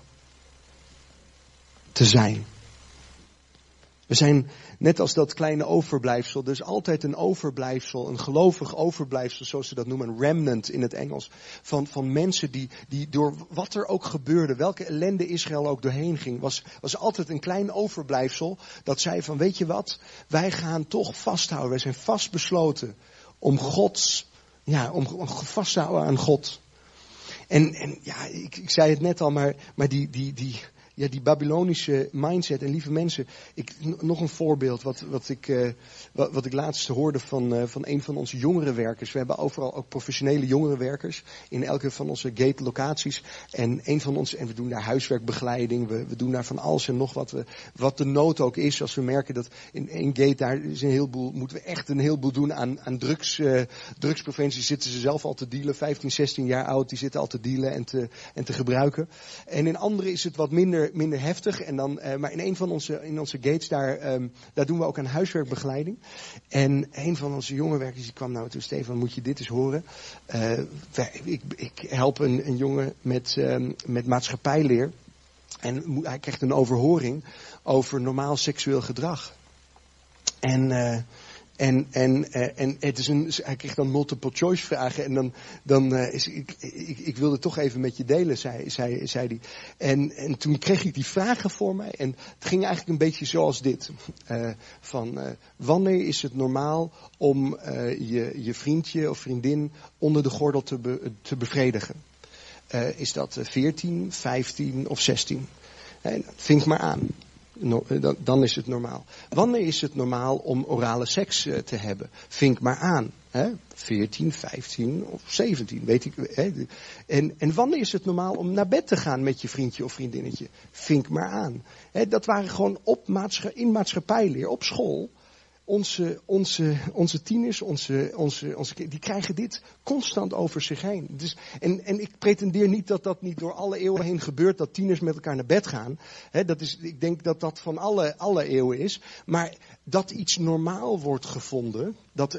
[SPEAKER 1] te zijn. We zijn net als dat kleine overblijfsel. Er is altijd een overblijfsel, een gelovig overblijfsel, zoals ze dat noemen, een remnant in het Engels. Van mensen die door wat er ook gebeurde, welke ellende Israël ook doorheen ging, was altijd een klein overblijfsel dat zei van, weet je wat, wij gaan toch vasthouden. Wij zijn vastbesloten om om vast te houden aan God. En ja, ik zei het net al, maar die Babylonische mindset. En lieve mensen, nog een voorbeeld wat ik laatst hoorde van een van onze jongerenwerkers. We hebben overal ook professionele jongerenwerkers in elke van onze gate locaties. En we doen daar huiswerkbegeleiding, we doen daar van alles en nog wat de nood ook is. Als we merken dat in één gate daar is moeten we echt een heleboel doen aan drugspreventie. Zitten ze zelf al te dealen, 15, 16 jaar oud, die zitten al te dealen en te gebruiken. En in andere is het wat minder heftig. En dan, maar in een van onze gates, daar doen we ook aan huiswerkbegeleiding. En een van onze jonge werkers die kwam nou toe, Stefan, moet je dit eens horen. Ik help een jongen met maatschappijleer. En hij krijgt een overhoring over normaal seksueel gedrag. En het is hij kreeg dan multiple choice vragen en ik wilde toch even met je delen, zei hij. En toen kreeg ik die vragen voor mij en het ging eigenlijk een beetje zoals dit. Wanneer is het normaal om je vriendje of vriendin onder de gordel te bevredigen? Is dat 14, 15 of 16? Vink maar aan. Dan is het normaal. Wanneer is het normaal om orale seks te hebben? Vink maar aan. 14, 15 of 17, weet ik. En wanneer is het normaal om naar bed te gaan met je vriendje of vriendinnetje? Vink maar aan. Dat waren gewoon in maatschappijleer, op school. Onze tieners, die krijgen dit constant over zich heen. Dus, en ik pretendeer niet dat dat niet door alle eeuwen heen gebeurt, dat tieners met elkaar naar bed gaan. Ik denk dat dat van alle eeuwen is. Maar dat iets normaal wordt gevonden,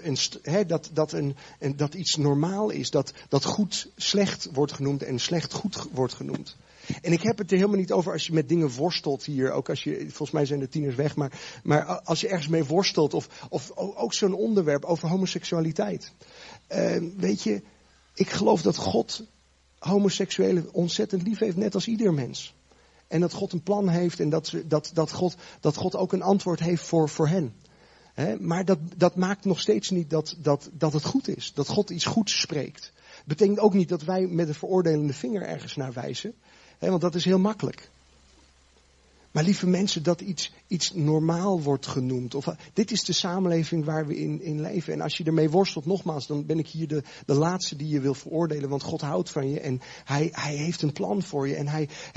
[SPEAKER 1] dat iets normaal is, dat goed slecht wordt genoemd en slecht goed wordt genoemd. En ik heb het er helemaal niet over als je met dingen worstelt hier. Ook als je, volgens mij zijn de tieners weg, maar als je ergens mee worstelt. Of ook zo'n onderwerp over homoseksualiteit. Weet je, ik geloof dat God homoseksuelen ontzettend lief heeft, net als ieder mens. En dat God een plan heeft en dat God ook een antwoord heeft voor hen. Maar dat maakt nog steeds niet dat het goed is. Dat God iets goeds spreekt. Betekent ook niet dat wij met een veroordelende vinger ergens naar wijzen. Want dat is heel makkelijk. Maar lieve mensen, dat iets normaal wordt genoemd. Dit is de samenleving waar we in leven. En als je ermee worstelt, nogmaals, dan ben ik hier de laatste die je wil veroordelen. Want God houdt van je en hij heeft een plan voor je.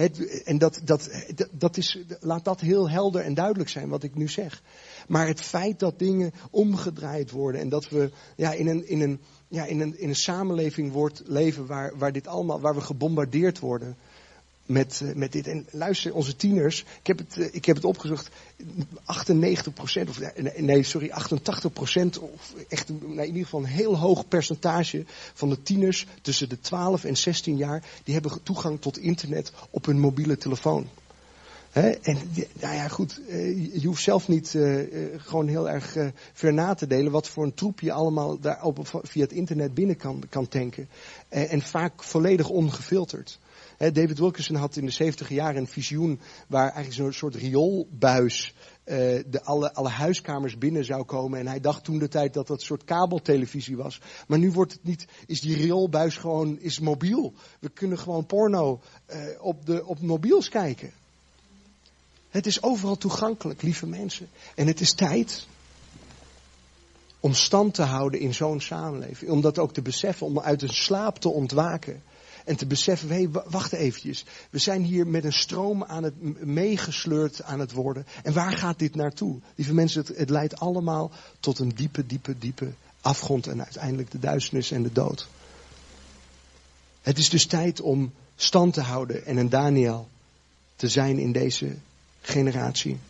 [SPEAKER 1] Laat dat heel helder en duidelijk zijn wat ik nu zeg. Maar het feit dat dingen omgedraaid worden en dat we in een samenleving leven waar dit allemaal, waar we gebombardeerd worden. Met dit. En luister, onze tieners, ik heb het opgezocht, 88%, of 88%, of echt in ieder geval een heel hoog percentage van de tieners tussen de 12 en 16 jaar, die hebben toegang tot internet op hun mobiele telefoon. En nou ja, goed, je hoeft zelf niet gewoon heel erg ver na te delen wat voor een troep je allemaal daar via het internet binnen kan tanken. En vaak volledig ongefilterd. David Wilkerson had in de 70 jaren een visioen waar eigenlijk zo'n soort rioolbuis alle huiskamers binnen zou komen. En hij dacht toen de tijd dat een soort kabeltelevisie was. Maar nu wordt het niet, is die rioolbuis gewoon, is mobiel. We kunnen gewoon porno op mobiels kijken. Het is overal toegankelijk, lieve mensen. En het is tijd Om stand te houden in zo'n samenleving. Om dat ook te beseffen, om uit een slaap te ontwaken. En te beseffen, hé, wacht eventjes. We zijn hier met een stroom aan het meegesleurd aan het worden. En waar gaat dit naartoe? Lieve mensen, het leidt allemaal tot een diepe afgrond. En uiteindelijk de duisternis en de dood. Het is dus tijd om stand te houden en een Daniel te zijn in deze generatie.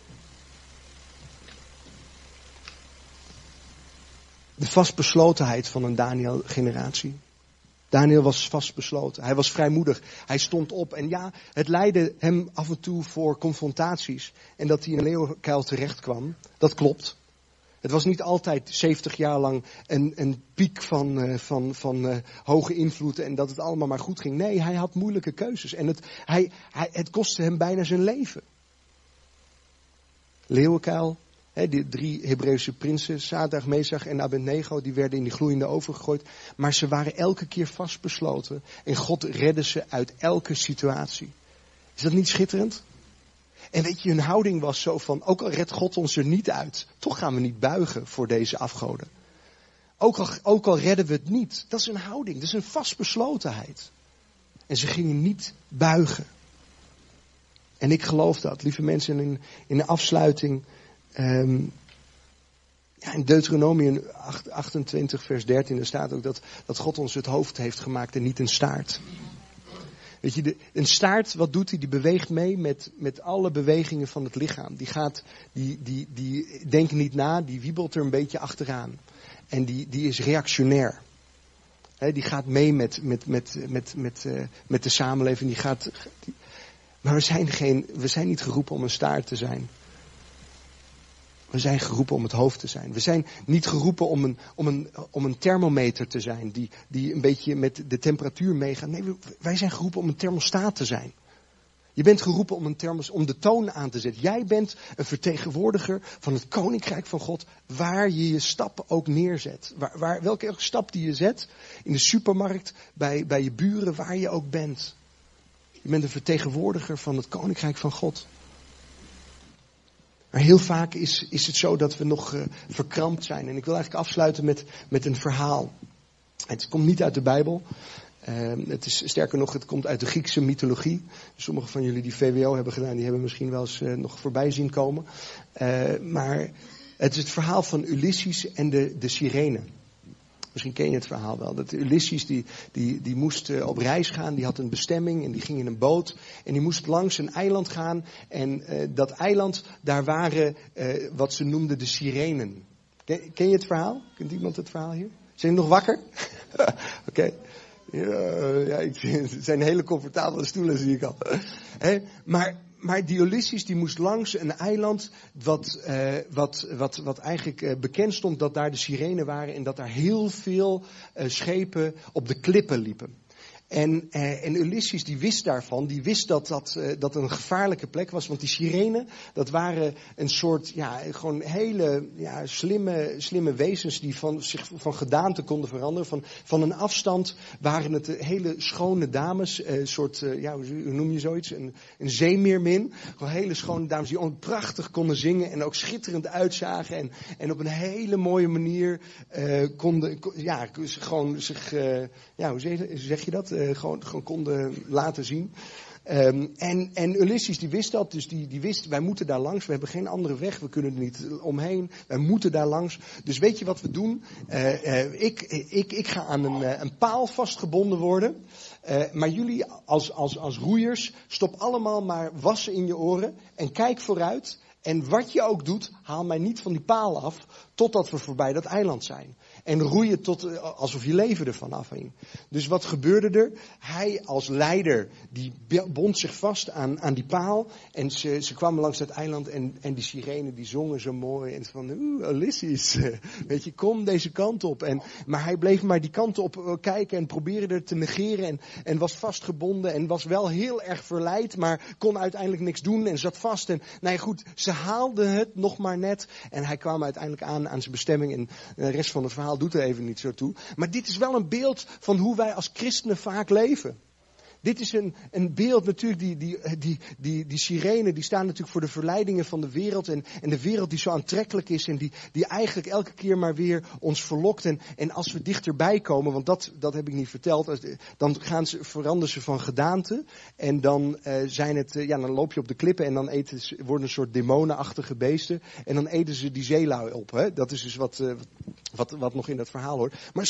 [SPEAKER 1] De vastbeslotenheid van een Daniel-generatie. Daniel was vastbesloten. Hij was vrijmoedig. Hij stond op. En ja, het leidde hem af en toe voor confrontaties. En dat hij in een leeuwenkuil terecht kwam. Dat klopt. Het was niet altijd 70 jaar lang een piek van hoge invloed. En dat het allemaal maar goed ging. Nee, hij had moeilijke keuzes. En het kostte hem bijna zijn leven. Leeuwenkuil. Die 3 Hebreeuwse prinsen, Sadrach, Mesach en Abednego, die werden in die gloeiende oven gegooid. Maar ze waren elke keer vastbesloten. En God redde ze uit elke situatie. Is dat niet schitterend? En weet je, hun houding was zo van, ook al redt God ons er niet uit, toch gaan we niet buigen voor deze afgoden. Ook al redden we het niet. Dat is een houding, dat is een vastbeslotenheid. En ze gingen niet buigen. En ik geloof dat, lieve mensen, in de afsluiting. In Deuteronomium 28 vers 13, daar staat ook dat God ons het hoofd heeft gemaakt en niet een staart. Weet je, een staart, wat doet hij? Die beweegt mee met alle bewegingen van het lichaam. Die denkt niet na, die wiebelt er een beetje achteraan. En die is reactionair. Die gaat mee met de samenleving. Maar we zijn niet geroepen om een staart te zijn. We zijn geroepen om het hoofd te zijn. We zijn niet geroepen om een thermometer te zijn die een beetje met de temperatuur meegaat. Nee, wij zijn geroepen om een thermostaat te zijn. Je bent geroepen om de toon aan te zetten. Jij bent een vertegenwoordiger van het koninkrijk van God, waar je je stappen ook neerzet. Welke stap die je zet, in de supermarkt, bij je buren, waar je ook bent. Je bent een vertegenwoordiger van het koninkrijk van God. Maar heel vaak is het zo dat we nog verkrampt zijn. En ik wil eigenlijk afsluiten met een verhaal. Het komt niet uit de Bijbel. Sterker nog, het komt uit de Griekse mythologie. Sommigen van jullie die VWO hebben gedaan, die hebben misschien wel eens nog voorbij zien komen. Maar het is het verhaal van Ulysses en de sirene. Misschien ken je het verhaal wel. Dat Ulysses die moest op reis gaan. Die had een bestemming en die ging in een boot. En die moest langs een eiland gaan. En dat eiland, daar waren wat ze noemden de sirenen. Ken je het verhaal? Kent iemand het verhaal hier? Zijn jullie nog wakker? Oké. Het zijn hele comfortabele stoelen, zie ik al. Maar die Ulysses die moest langs een eiland wat eigenlijk bekend stond dat daar de sirenen waren en dat daar heel veel schepen op de klippen liepen. En Ulysses die wist daarvan, die wist dat een gevaarlijke plek was, want die sirenen, dat waren een soort, gewoon hele slimme wezens die zich van gedaante konden veranderen. Van een afstand waren het hele schone dames, hoe noem je zoiets, een zeemeermin. Gewoon hele schone dames die ook prachtig konden zingen en ook schitterend uitzagen en op een hele mooie manier konden hoe zeg je dat? Gewoon konden laten zien. En Ulysses die wist dat, dus die wist, wij moeten daar langs, we hebben geen andere weg, we kunnen er niet omheen, wij moeten daar langs. Dus weet je wat we doen? Ik ga aan een paal vastgebonden worden, maar jullie als roeiers, stop allemaal maar wassen in je oren en kijk vooruit. En wat je ook doet, haal mij niet van die paal af, totdat we voorbij dat eiland zijn. En roeien alsof je leven ervan afhing. Dus wat gebeurde er? Hij als leider, die bond zich vast aan die paal. En ze kwamen langs dat eiland en die sirenen die zongen zo mooi. En van, Ulysses, weet je, kom deze kant op. Maar hij bleef maar die kant op kijken en probeerde het te negeren. En was vastgebonden en was wel heel erg verleid, maar kon uiteindelijk niks doen en zat vast. En nou ja, goed, ze haalden het nog maar net. En hij kwam uiteindelijk aan zijn bestemming. En de rest van het verhaal doet er even niet zo toe. Maar dit is wel een beeld van hoe wij als christenen vaak leven. Dit is een beeld natuurlijk, die sirenen, die staan natuurlijk voor de verleidingen van de wereld. En de wereld die zo aantrekkelijk is en die eigenlijk elke keer maar weer ons verlokt. En als we dichterbij komen, want dat heb ik niet verteld, dan veranderen ze van gedaante. En dan dan loop je op de klippen en dan worden een soort demonenachtige beesten. En dan eten ze die zeelui op. Hè? Dat is dus wat nog in dat verhaal hoort. Maar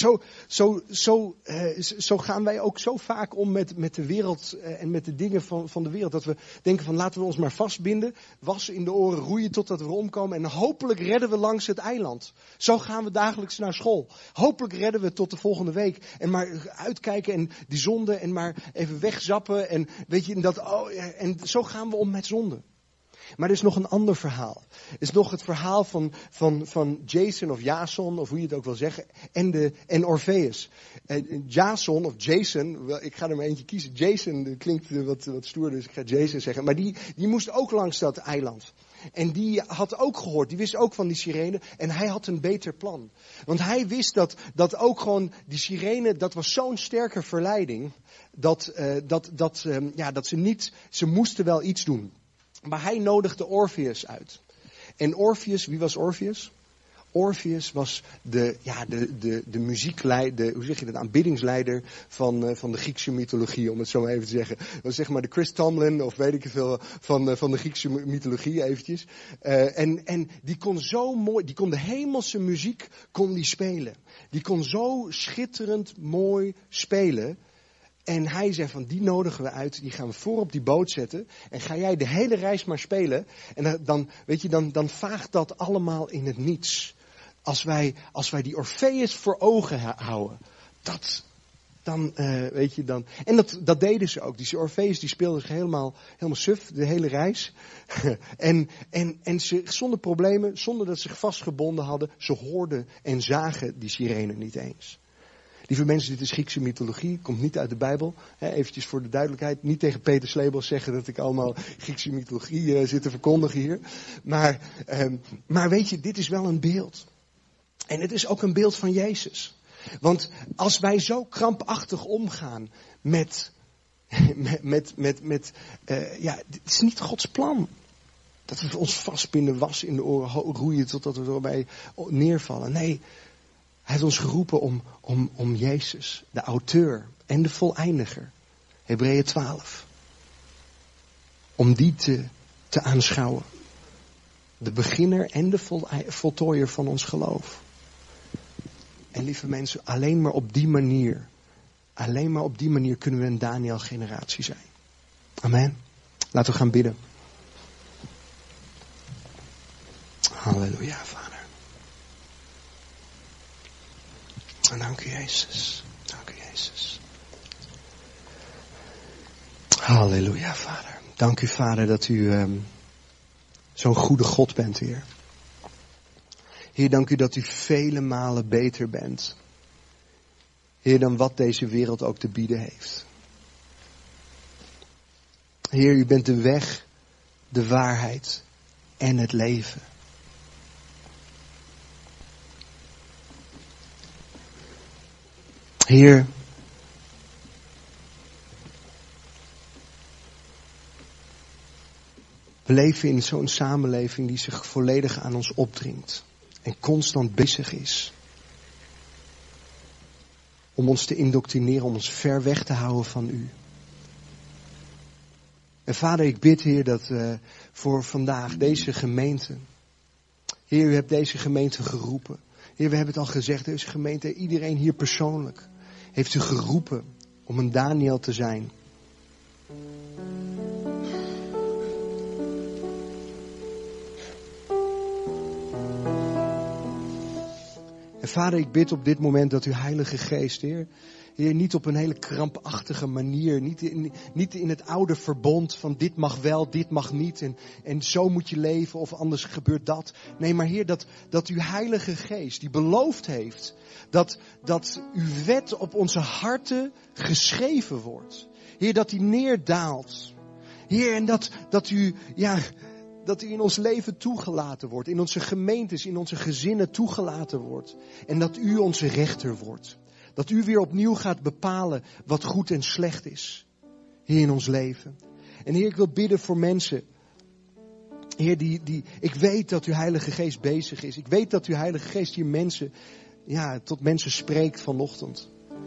[SPEAKER 1] zo gaan wij ook zo vaak om met de wereld en met de dingen van de wereld. Dat we denken van laten we ons maar vastbinden, wassen in de oren, roeien totdat we omkomen. En hopelijk redden we langs het eiland. Zo gaan we dagelijks naar school. Hopelijk redden we tot de volgende week. En maar uitkijken en die zonde en maar even wegzappen. En weet je, en zo gaan we om met zonde. Maar er is nog een ander verhaal. Er is nog het verhaal van Jason of Jason, of hoe je het ook wil zeggen, en Orpheus. Jason of Jason, ik ga er maar eentje kiezen. Jason klinkt wat stoer, dus ik ga Jason zeggen. Maar die moest ook langs dat eiland. En die had ook gehoord, die wist ook van die sirene. En hij had een beter plan. Want hij wist dat ook gewoon die sirene, dat was zo'n sterke verleiding. Ze moesten wel iets doen. Maar hij nodigde Orpheus uit. En Orpheus, wie was Orpheus? Orpheus was de muziekleider, hoe zeg je dat, aanbiddingsleider van de Griekse mythologie, om het zo maar even te zeggen. Dat was zeg maar de Chris Tomlin, of weet ik veel, van de Griekse mythologie eventjes. En die kon zo mooi, die kon de hemelse muziek spelen. Die kon zo schitterend mooi spelen. En hij zei van, die nodigen we uit, die gaan we voor op die boot zetten. En ga jij de hele reis maar spelen. En dan vaagt dat allemaal in het niets. Als wij die Orpheus voor ogen houden. En dat deden ze ook. Die Orpheus die speelde zich helemaal suf, de hele reis. en ze, zonder problemen, zonder dat ze zich vastgebonden hadden. Ze hoorden en zagen die sirene niet eens. Lieve mensen, dit is Griekse mythologie, komt niet uit de Bijbel. Eventjes voor de duidelijkheid, niet tegen Peter Slebel zeggen dat ik allemaal Griekse mythologie zit te verkondigen hier. Maar weet je, dit is wel een beeld. En het is ook een beeld van Jezus. Want als wij zo krampachtig omgaan het is niet Gods plan. Dat we ons vastbinden, was in de oren, roeien totdat we erbij neervallen. Nee. Hij heeft ons geroepen om Jezus, de auteur en de voleindiger. Hebreeën 12. Om die te aanschouwen. De beginner en de voltooier van ons geloof. En lieve mensen, alleen maar op die manier kunnen we een Daniel-generatie zijn. Amen. Laten we gaan bidden. Halleluja, Vader. Dank u, Jezus. Dank u, Jezus. Halleluja, Vader. Dank u, Vader, dat u zo'n goede God bent, Heer. Heer, dank u dat u vele malen beter bent. Heer, dan wat deze wereld ook te bieden heeft. Heer, u bent de weg, de waarheid en het leven. Heer, we leven in zo'n samenleving die zich volledig aan ons opdringt en constant bezig is om ons te indoctrineren, om ons ver weg te houden van u. En Vader, ik bid, Heer, dat voor vandaag deze gemeente, Heer, u hebt deze gemeente geroepen. Heer, we hebben het al gezegd, deze gemeente, iedereen hier persoonlijk heeft u geroepen om een Daniel te zijn. En Vader, ik bid op dit moment dat uw Heilige Geest, Heer, niet op een hele krampachtige manier, niet in het oude verbond van dit mag wel, dit mag niet en zo moet je leven of anders gebeurt dat. Nee, maar Heer, dat uw Heilige Geest die beloofd heeft dat uw wet op onze harten geschreven wordt. Heer, dat die neerdaalt. Heer, en dat u in ons leven toegelaten wordt, in onze gemeentes, in onze gezinnen toegelaten wordt. En dat u onze rechter wordt. Dat u weer opnieuw gaat bepalen wat goed en slecht is. Heer, in ons leven. En Heer, ik wil bidden voor mensen. Heer, ik weet dat uw Heilige Geest bezig is. Ik weet dat uw Heilige Geest hier mensen, tot mensen spreekt vanochtend.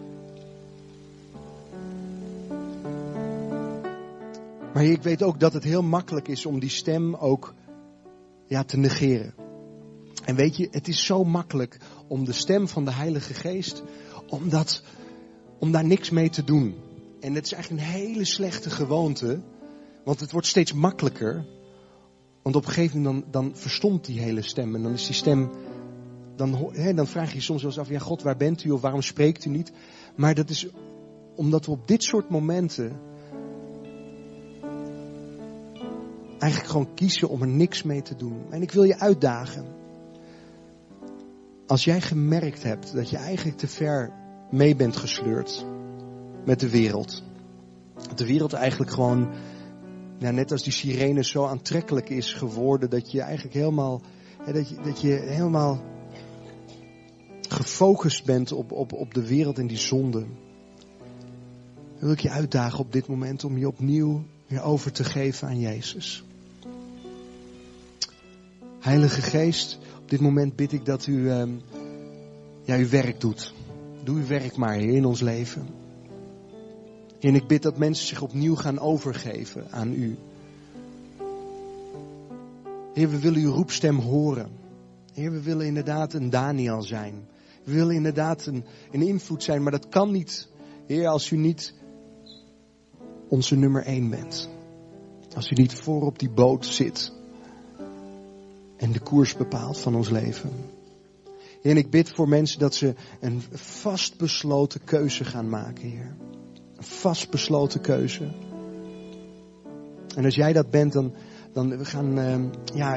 [SPEAKER 1] Maar Heer, ik weet ook dat het heel makkelijk is om die stem ook te negeren. En weet je, het is zo makkelijk om de stem van de Heilige Geest, om daar niks mee te doen. En het is eigenlijk een hele slechte gewoonte, want het wordt steeds makkelijker. Want op een gegeven moment dan verstomt die hele stem. En dan is die stem, dan vraag je je soms wel eens af, ja God, waar bent u of waarom spreekt u niet? Maar dat is omdat we op dit soort momenten eigenlijk gewoon kiezen om er niks mee te doen. En ik wil je uitdagen. Als jij gemerkt hebt dat je eigenlijk te ver mee bent gesleurd met de wereld. Dat de wereld eigenlijk gewoon, net als die sirene zo aantrekkelijk is geworden. Dat je eigenlijk helemaal, dat je helemaal gefocust bent op de wereld en die zonde. Dan wil ik je uitdagen op dit moment om je opnieuw weer over te geven aan Jezus. Heilige Geest, op dit moment bid ik dat u uw werk doet. Doe uw werk maar, Heer, in ons leven. En ik bid dat mensen zich opnieuw gaan overgeven aan u. Heer, we willen uw roepstem horen. Heer, we willen inderdaad een Daniel zijn. We willen inderdaad een invloed zijn, maar dat kan niet, Heer, als u niet onze nummer 1 bent. Als u niet voor op die boot zit en de koers bepaalt van ons leven. Heer, en ik bid voor mensen dat ze een vastbesloten keuze gaan maken, Heer. Een vastbesloten keuze. En als jij dat bent, dan we gaan,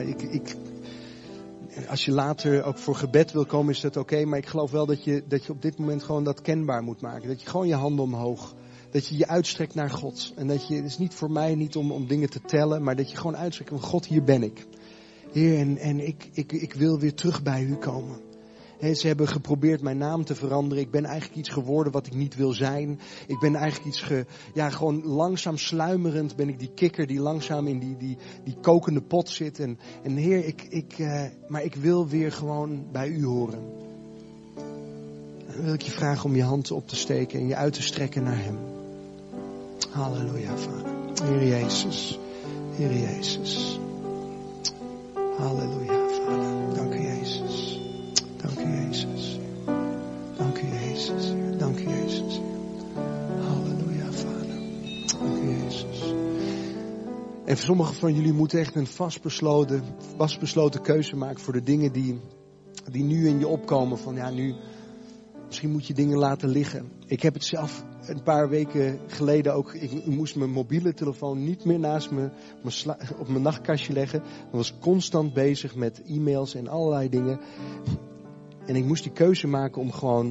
[SPEAKER 1] als je later ook voor gebed wil komen, is dat oké. Maar ik geloof wel dat je op dit moment gewoon dat kenbaar moet maken. Dat je gewoon je handen omhoog, dat je je uitstrekt naar God. En dat je, het is niet voor mij niet om dingen te tellen, maar dat je gewoon uitstrekt van God, hier ben ik. Heer, en ik wil weer terug bij u komen. Ze hebben geprobeerd mijn naam te veranderen. Ik ben eigenlijk iets geworden wat ik niet wil zijn. Ik ben eigenlijk iets gewoon langzaam sluimerend ben ik die kikker die langzaam in die kokende pot zit. En Heer, maar ik wil weer gewoon bij u horen. Dan wil ik je vragen om je hand op te steken en je uit te strekken naar hem. Halleluja, Vader. Heer Jezus. Heer Jezus. Halleluja, Vader. Dank u, Jezus. Dank u, Jezus. Dank u, Jezus. Dank u, Jezus. Halleluja, Vader. Dank u, Jezus. En sommigen van jullie moeten echt een vastbesloten keuze maken voor de dingen die nu in je opkomen. Van nu, misschien moet je dingen laten liggen. Ik heb het zelf een paar weken geleden ook. Ik moest mijn mobiele telefoon niet meer naast me op mijn nachtkastje leggen. Ik was constant bezig met e-mails en allerlei dingen. En ik moest die keuze maken om gewoon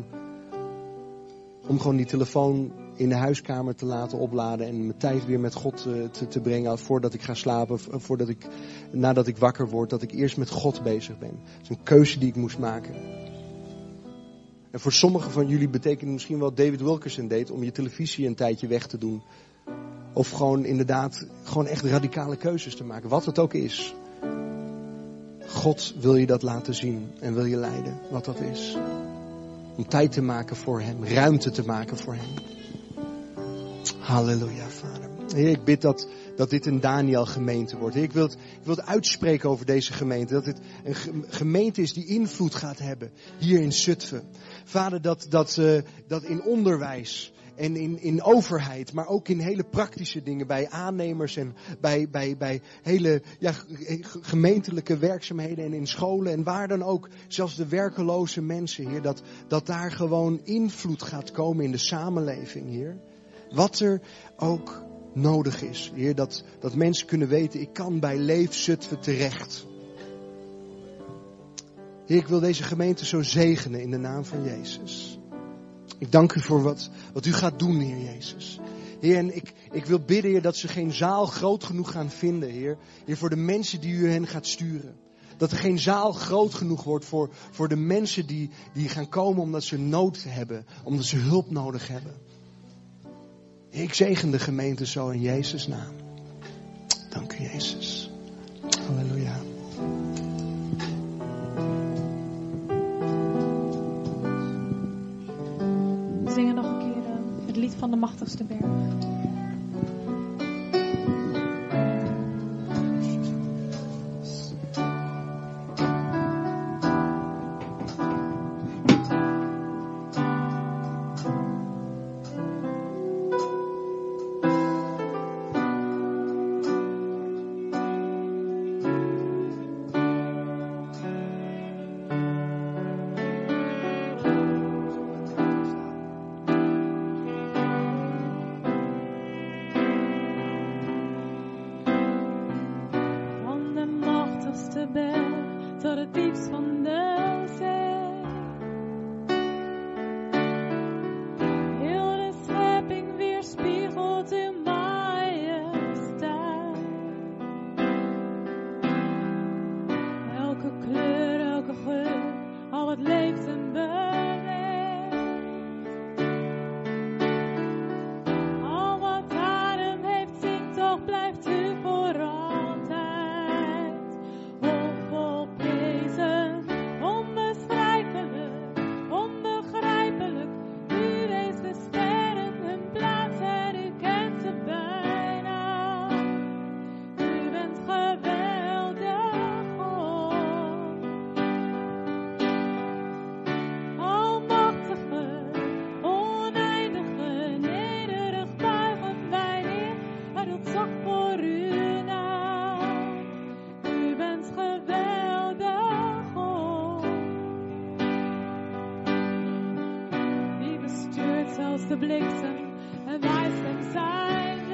[SPEAKER 1] die telefoon in de huiskamer te laten opladen. En mijn tijd weer met God te brengen voordat ik ga slapen. Nadat ik wakker word, dat ik eerst met God bezig ben. Dat is een keuze die ik moest maken. En voor sommigen van jullie betekent misschien wel David Wilkerson deed om je televisie een tijdje weg te doen. Of gewoon inderdaad gewoon echt radicale keuzes te maken. Wat het ook is. God wil je dat laten zien en wil je leiden wat dat is. Om tijd te maken voor hem, ruimte te maken voor hem. Halleluja, Vader. Heer, ik bid dat dit een Daniel gemeente wordt. Heer, ik wil het uitspreken over deze gemeente. Dat het een gemeente is die invloed gaat hebben hier in Zutphen. Vader, dat in onderwijs en in overheid, maar ook in hele praktische dingen, bij aannemers en bij hele gemeentelijke werkzaamheden en in scholen en waar dan ook, zelfs de werkeloze mensen, Heer, dat daar gewoon invloed gaat komen in de samenleving, Heer. Wat er ook nodig is, Heer, dat mensen kunnen weten, ik kan bij Leef Zutphen terecht. Heer, ik wil deze gemeente zo zegenen in de naam van Jezus. Ik dank u voor wat u gaat doen, Heer Jezus. Heer, en ik wil bidden, Heer, dat ze geen zaal groot genoeg gaan vinden, Heer. Heer, voor de mensen die u hen gaat sturen. Dat er geen zaal groot genoeg wordt voor de mensen die gaan komen omdat ze nood hebben. Omdat ze hulp nodig hebben. Ik zegen de gemeente zo in Jezus' naam. Dank u, Jezus. Halleluja.
[SPEAKER 2] We zingen nog een keer het lied van de machtigste berg.
[SPEAKER 3] Tot het diepst van de zee. Heel de schepping weerspiegelt uw majesteit. Elke kleur, elke geur, al wat leeft en beweegt. Al wat adem heeft, zingt, toch blijft u voor altijd. De bliksem en wijst hem zijn